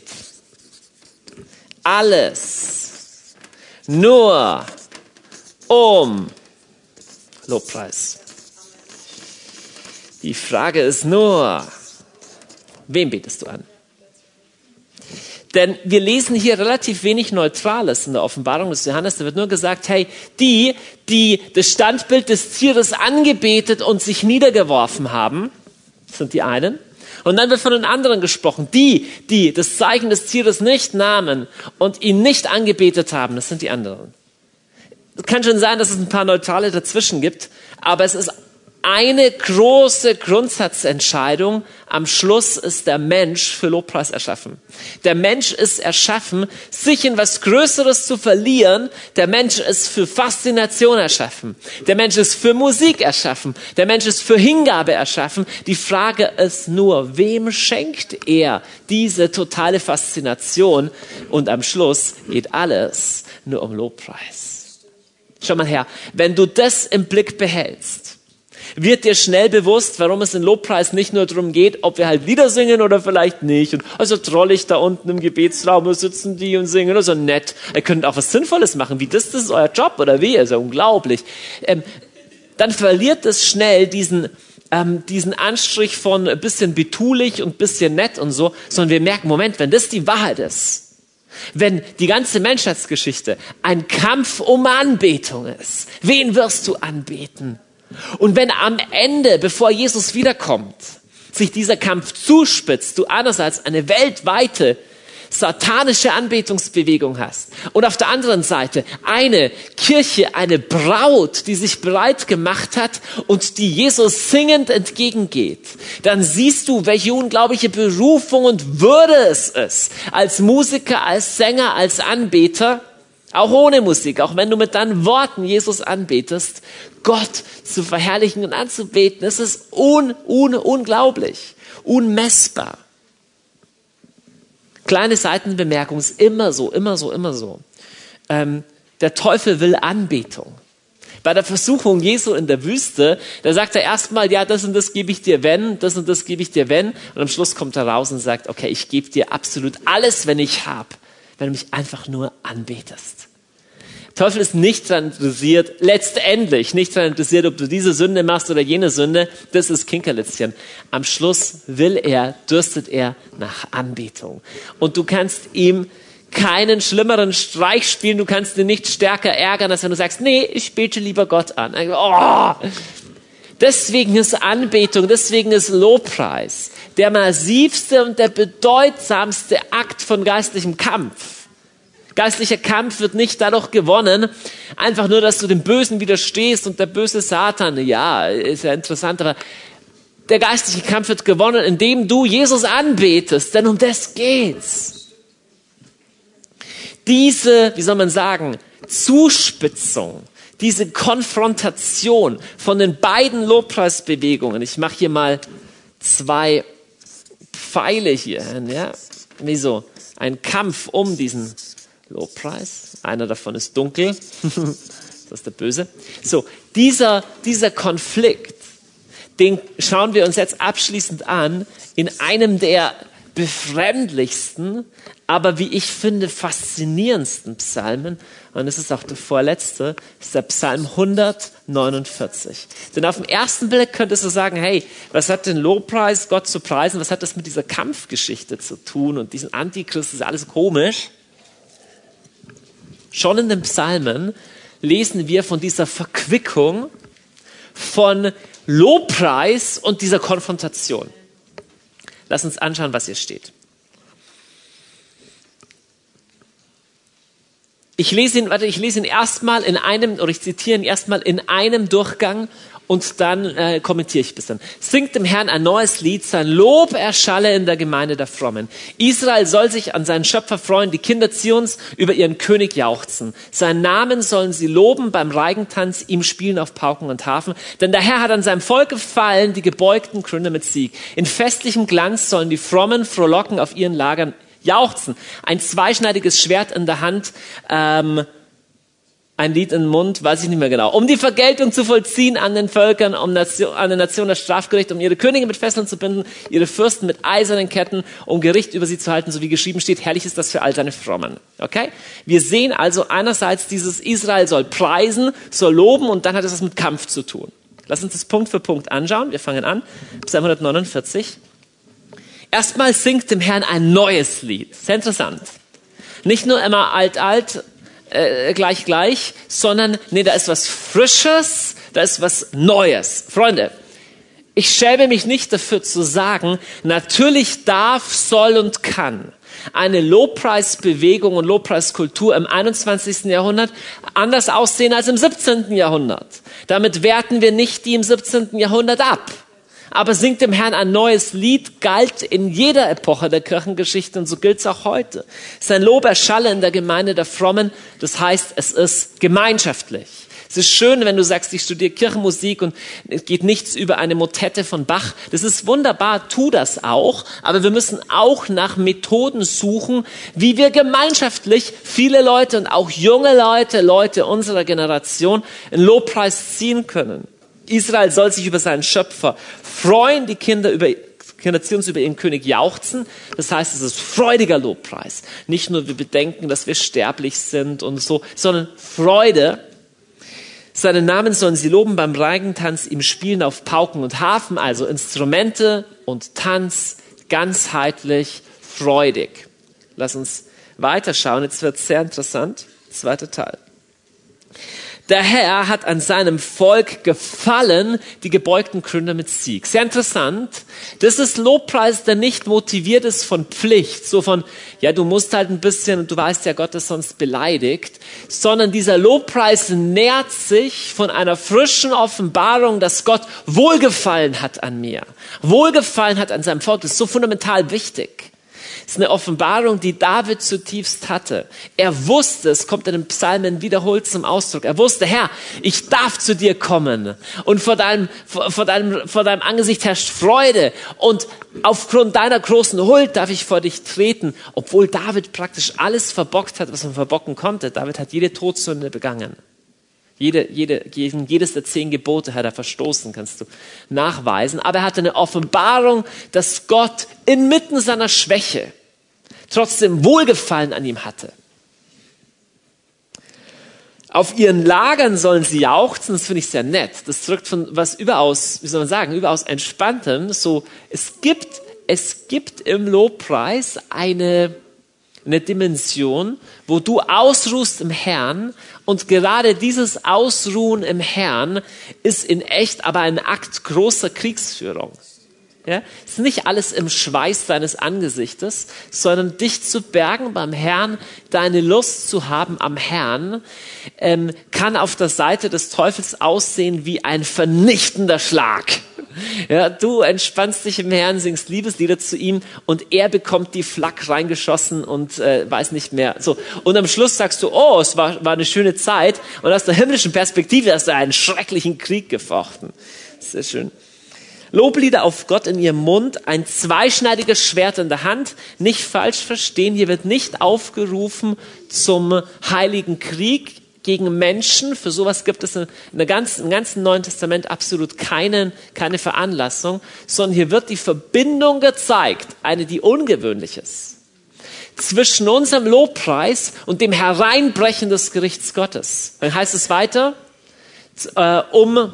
alles nur um Lobpreis. Die Frage ist nur, wem betest du an? Denn wir lesen hier relativ wenig Neutrales in der Offenbarung des Johannes. Da wird nur gesagt, hey, die, die das Standbild des Tieres angebetet und sich niedergeworfen haben, sind die einen. Und dann wird von den anderen gesprochen. Die, die das Zeichen des Tieres nicht nahmen und ihn nicht angebetet haben, das sind die anderen. Es kann schon sein, dass es ein paar Neutrale dazwischen gibt, aber es ist eine große Grundsatzentscheidung. Am Schluss ist der Mensch für Lobpreis erschaffen. Der Mensch ist erschaffen, sich in was Größeres zu verlieren. Der Mensch ist für Faszination erschaffen. Der Mensch ist für Musik erschaffen. Der Mensch ist für Hingabe erschaffen. Die Frage ist nur, wem schenkt er diese totale Faszination? Und am Schluss geht alles nur um Lobpreis. Schau mal her, wenn du das im Blick behältst, wird dir schnell bewusst, warum es in Lobpreis nicht nur darum geht, ob wir halt Lieder singen oder vielleicht nicht. Und also trollig da unten im Gebetsraum sitzen die und singen, also nett. Ihr könnt auch was Sinnvolles machen, wie das, das ist euer Job oder wie, also unglaublich. Ähm, dann verliert es schnell diesen, ähm, diesen Anstrich von ein bisschen betulich und ein bisschen nett und so, sondern wir merken, Moment, wenn das die Wahrheit ist, wenn die ganze Menschheitsgeschichte ein Kampf um Anbetung ist, wen wirst du anbeten? Und wenn am Ende, bevor Jesus wiederkommt, sich dieser Kampf zuspitzt, du einerseits eine weltweite satanische Anbetungsbewegung hast und auf der anderen Seite eine Kirche, eine Braut, die sich bereit gemacht hat und die Jesus singend entgegengeht, dann siehst du, welche unglaubliche Berufung und Würde es ist, als Musiker, als Sänger, als Anbeter, auch ohne Musik, auch wenn du mit deinen Worten Jesus anbetest, Gott zu verherrlichen und anzubeten. Es ist un, un, unglaublich, unmessbar. Kleine Seitenbemerkung, ist immer so, immer so, immer so. Ähm, der Teufel will Anbetung. Bei der Versuchung Jesu in der Wüste, da sagt er erstmal, ja, das und das gebe ich dir, wenn, das und das gebe ich dir, wenn. Und am Schluss kommt er raus und sagt, okay, ich gebe dir absolut alles, wenn ich habe, wenn du mich einfach nur anbetest. Der Teufel ist nicht daran interessiert, letztendlich nicht daran interessiert, ob du diese Sünde machst oder jene Sünde. Das ist Kinkerlitzchen. Am Schluss will er, dürstet er nach Anbetung. Und du kannst ihm keinen schlimmeren Streich spielen, du kannst ihn nicht stärker ärgern, als wenn du sagst, nee, ich bete lieber Gott an. Oh. Deswegen ist Anbetung, deswegen ist Lobpreis der massivste und der bedeutsamste Akt von geistlichem Kampf. Geistlicher Kampf wird nicht dadurch gewonnen, einfach nur, dass du dem Bösen widerstehst und der böse Satan, ja, ist ja interessant, aber der geistliche Kampf wird gewonnen, indem du Jesus anbetest, denn um das geht's. Diese, wie soll man sagen, Zuspitzung, diese Konfrontation von den beiden Lobpreisbewegungen, ich mache hier mal zwei Pfeile hier, ja, wie so ein Kampf um diesen Lobpreis. Einer davon ist dunkel. Das ist der Böse. So, dieser, dieser Konflikt, den schauen wir uns jetzt abschließend an in einem der befremdlichsten, aber wie ich finde faszinierendsten Psalmen. Und es ist auch der vorletzte, ist der Psalm hundertneunundvierzig. Denn auf den ersten Blick könntest du sagen, hey, was hat denn Lobpreis, Gott zu preisen, was hat das mit dieser Kampfgeschichte zu tun und diesen Antichrist, das ist alles komisch. Schon in den Psalmen lesen wir von dieser Verquickung von Lobpreis und dieser Konfrontation. Lass uns anschauen, was hier steht. Ich lese ihn, warte, ich lese ihn erstmal in einem, oder ich zitiere ihn erstmal in einem Durchgang und dann äh, kommentiere ich bis dann. Singt dem Herrn ein neues Lied, sein Lob erschalle in der Gemeinde der Frommen. Israel soll sich an seinen Schöpfer freuen, die Kinder Zions über ihren König jauchzen. Seinen Namen sollen sie loben beim Reigentanz, ihm spielen auf Pauken und Harfen. Denn der Herr hat an seinem Volk gefallen, die Gebeugten kröne mit Sieg. In festlichem Glanz sollen die Frommen frohlocken auf ihren Lagern jauchzen. Ein zweischneidiges Schwert in der Hand, ähm, ein Lied im Mund, weiß ich nicht mehr genau. Um die Vergeltung zu vollziehen an den Völkern, um Nation, an der Nation das Strafgericht, um ihre Könige mit Fesseln zu binden, ihre Fürsten mit eisernen Ketten, um Gericht über sie zu halten, so wie geschrieben steht, herrlich ist das für all seine Frommen. Okay? Wir sehen also einerseits dieses Israel soll preisen, soll loben und dann hat es was mit Kampf zu tun. Lass uns das Punkt für Punkt anschauen. Wir fangen an. Psalm hundertneunundvierzig. Erstmal singt dem Herrn ein neues Lied. Sehr interessant. Nicht nur immer alt, alt, äh, gleich, gleich, sondern, nee, da ist was Frisches, da ist was Neues. Freunde, ich schäme mich nicht dafür zu sagen, natürlich darf, soll und kann eine Lobpreisbewegung und Lobpreiskultur im einundzwanzigsten Jahrhundert anders aussehen als im siebzehnten Jahrhundert. Damit werten wir nicht die im siebzehnten Jahrhundert ab. Aber singt dem Herrn ein neues Lied, galt in jeder Epoche der Kirchengeschichte und so gilt es auch heute. Sein Lob erschalle in der Gemeinde der Frommen, das heißt, es ist gemeinschaftlich. Es ist schön, wenn du sagst, ich studiere Kirchenmusik und es geht nichts über eine Motette von Bach. Das ist wunderbar, tu das auch, aber wir müssen auch nach Methoden suchen, wie wir gemeinschaftlich viele Leute und auch junge Leute, Leute unserer Generation in Lobpreis ziehen können. Israel soll sich über seinen Schöpfer freuen, die Kinder über Kinder Zions über ihren König jauchzen. Das heißt, es ist freudiger Lobpreis. Nicht nur wir bedenken, dass wir sterblich sind und so, sondern Freude. Seinen Namen sollen sie loben beim Reigentanz, ihm spielen auf Pauken und Harfen, also Instrumente und Tanz, ganzheitlich, freudig. Lass uns weiterschauen, jetzt wird es sehr interessant. Zweiter Teil. Der Herr hat an seinem Volk gefallen, die gebeugten Gründer mit Sieg. Sehr interessant. Das ist Lobpreis, der nicht motiviert ist von Pflicht, so von, ja, du musst halt ein bisschen und du weißt ja, Gott ist sonst beleidigt, sondern dieser Lobpreis nährt sich von einer frischen Offenbarung, dass Gott Wohlgefallen hat an mir, Wohlgefallen hat an seinem Volk. Das ist so fundamental wichtig. Das ist eine Offenbarung, die David zutiefst hatte. Er wusste, es kommt in den Psalmen wiederholt zum Ausdruck. Er wusste, Herr, ich darf zu dir kommen und vor deinem, vor, vor deinem, vor deinem Angesicht herrscht Freude und aufgrund deiner großen Huld darf ich vor dich treten, obwohl David praktisch alles verbockt hat, was man verbocken konnte. David hat jede Todsünde begangen. Jede, jede, jedes der zehn Gebote hat er verstoßen, kannst du nachweisen. Aber er hatte eine Offenbarung, dass Gott inmitten seiner Schwäche trotzdem Wohlgefallen an ihm hatte. Auf ihren Lagern sollen sie jauchzen, das finde ich sehr nett. Das drückt von was überaus, wie soll man sagen, überaus Entspanntem. So, es gibt, es gibt im Lobpreis eine, eine Dimension, wo du ausruhst im Herrn, und gerade dieses Ausruhen im Herrn ist in echt aber ein Akt großer Kriegsführung. Ja? Es ist nicht alles im Schweiß deines Angesichtes, sondern dich zu bergen beim Herrn, deine Lust zu haben am Herrn, ähm, kann auf der Seite des Teufels aussehen wie ein vernichtender Schlag. Ja, du entspannst dich im Herrn, singst Liebeslieder zu ihm und er bekommt die Flak reingeschossen und äh, weiß nicht mehr. So. Und am Schluss sagst du, oh, es war, war eine schöne Zeit, und aus der himmlischen Perspektive hast du einen schrecklichen Krieg gefochten. Sehr schön. Loblieder auf Gott in ihrem Mund, ein zweischneidiges Schwert in der Hand. Nicht falsch verstehen, hier wird nicht aufgerufen zum heiligen Krieg gegen Menschen. Für sowas gibt es in der ganzen, im ganzen Neuen Testament absolut keine, keine Veranlassung, sondern hier wird die Verbindung gezeigt, eine, die ungewöhnlich ist, zwischen unserem Lobpreis und dem Hereinbrechen des Gerichts Gottes. Dann heißt es weiter, äh, um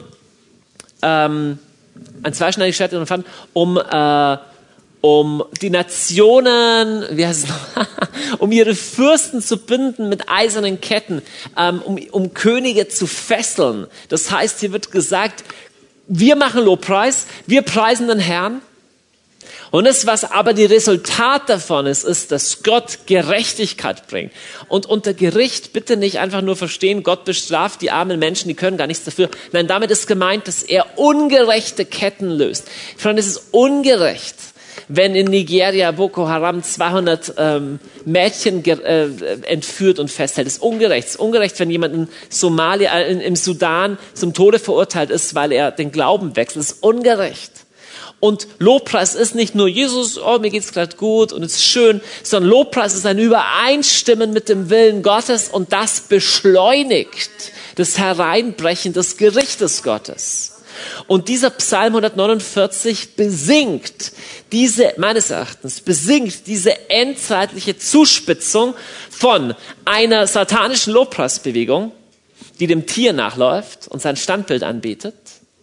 ähm, ein zweischneidiges Schwert in der Hand, um äh, um die Nationen, wie heißt es noch, um ihre Fürsten zu binden mit eisernen Ketten, ähm, um, um Könige zu fesseln. Das heißt, hier wird gesagt, wir machen Lobpreis, wir preisen den Herrn. Und das, was aber die Resultat davon ist, ist, dass Gott Gerechtigkeit bringt. Und unter Gericht bitte nicht einfach nur verstehen, Gott bestraft die armen Menschen, die können gar nichts dafür. Nein, damit ist gemeint, dass er ungerechte Ketten löst. Freunde, es ist ungerecht, wenn in Nigeria Boko Haram zweihundert ähm, Mädchen äh, entführt und festhält. Es ist ungerecht. Es ist ungerecht, wenn jemand in Somalia, äh, in, im Sudan zum Tode verurteilt ist, weil er den Glauben wechselt. Es ist ungerecht. Und Lobpreis ist nicht nur Jesus, oh, mir geht's gerade gut und es ist schön, sondern Lobpreis ist ein Übereinstimmen mit dem Willen Gottes, und das beschleunigt das Hereinbrechen des Gerichtes Gottes. Und dieser Psalm hundertneunundvierzig besingt diese, meines Erachtens, besingt diese endzeitliche Zuspitzung von einer satanischen Lobpreisbewegung, die dem Tier nachläuft und sein Standbild anbetet,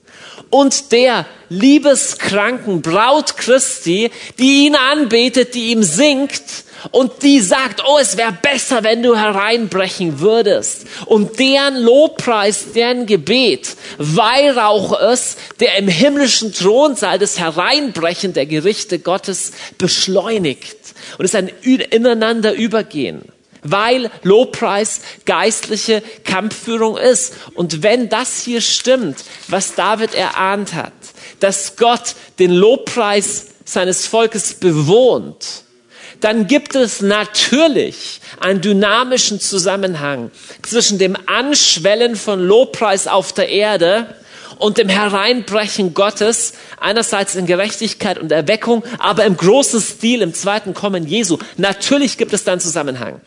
und der liebeskranken Braut Christi, die ihn anbetet, die ihm singt und die sagt, oh, es wäre besser, wenn du hereinbrechen würdest. Und deren Lobpreis, deren Gebet, Weihrauch ist, der im himmlischen Thronsaal das Hereinbrechen der Gerichte Gottes beschleunigt. Und es ist ein ineinander Übergehen, weil Lobpreis geistliche Kampfführung ist. Und wenn das hier stimmt, was David erahnt hat, dass Gott den Lobpreis seines Volkes bewohnt, dann gibt es natürlich einen dynamischen Zusammenhang zwischen dem Anschwellen von Lobpreis auf der Erde und dem Hereinbrechen Gottes, einerseits in Gerechtigkeit und Erweckung, aber im großen Stil im zweiten Kommen Jesu. Natürlich gibt es da einen Zusammenhang.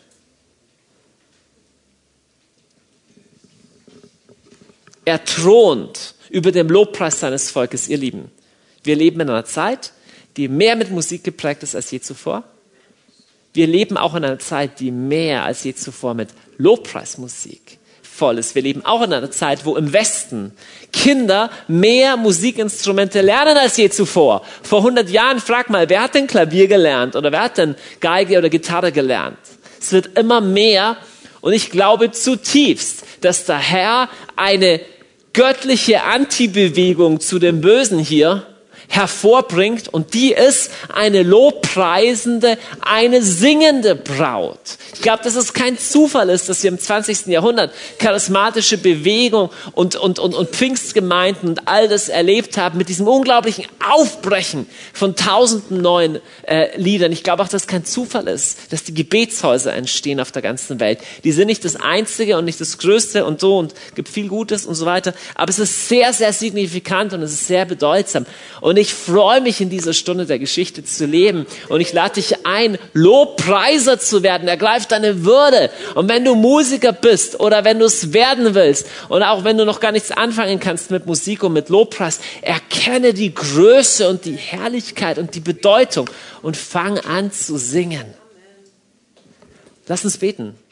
Er thront über dem Lobpreis seines Volkes, ihr Lieben. Wir leben in einer Zeit, die mehr mit Musik geprägt ist als je zuvor. Wir leben auch in einer Zeit, die mehr als je zuvor mit Lobpreismusik voll ist. Wir leben auch in einer Zeit, wo im Westen Kinder mehr Musikinstrumente lernen als je zuvor. Vor hundert Jahren, frag mal, wer hat denn Klavier gelernt oder wer hat denn Geige oder Gitarre gelernt? Es wird immer mehr, und ich glaube zutiefst, dass der Herr eine göttliche Antibewegung zu dem Bösen hier hervorbringt, und die ist eine lobpreisende, eine singende Braut. Ich glaube, dass es kein Zufall ist, dass wir im zwanzigsten Jahrhundert charismatische Bewegung und, und, und, und Pfingstgemeinden und all das erlebt haben mit diesem unglaublichen Aufbrechen von tausenden neuen äh, Liedern. Ich glaube auch, dass es kein Zufall ist, dass die Gebetshäuser entstehen auf der ganzen Welt. Die sind nicht das Einzige und nicht das Größte und so und gibt viel Gutes und so weiter. Aber es ist sehr, sehr signifikant und es ist sehr bedeutsam. Und ich freue mich, in dieser Stunde der Geschichte zu leben. Und ich lade dich ein, Lobpreiser zu werden. Ergreif deine Würde. Und wenn du Musiker bist oder wenn du es werden willst und auch wenn du noch gar nichts anfangen kannst mit Musik und mit Lobpreis, erkenne die Größe und die Herrlichkeit und die Bedeutung und fang an zu singen. Lass uns beten.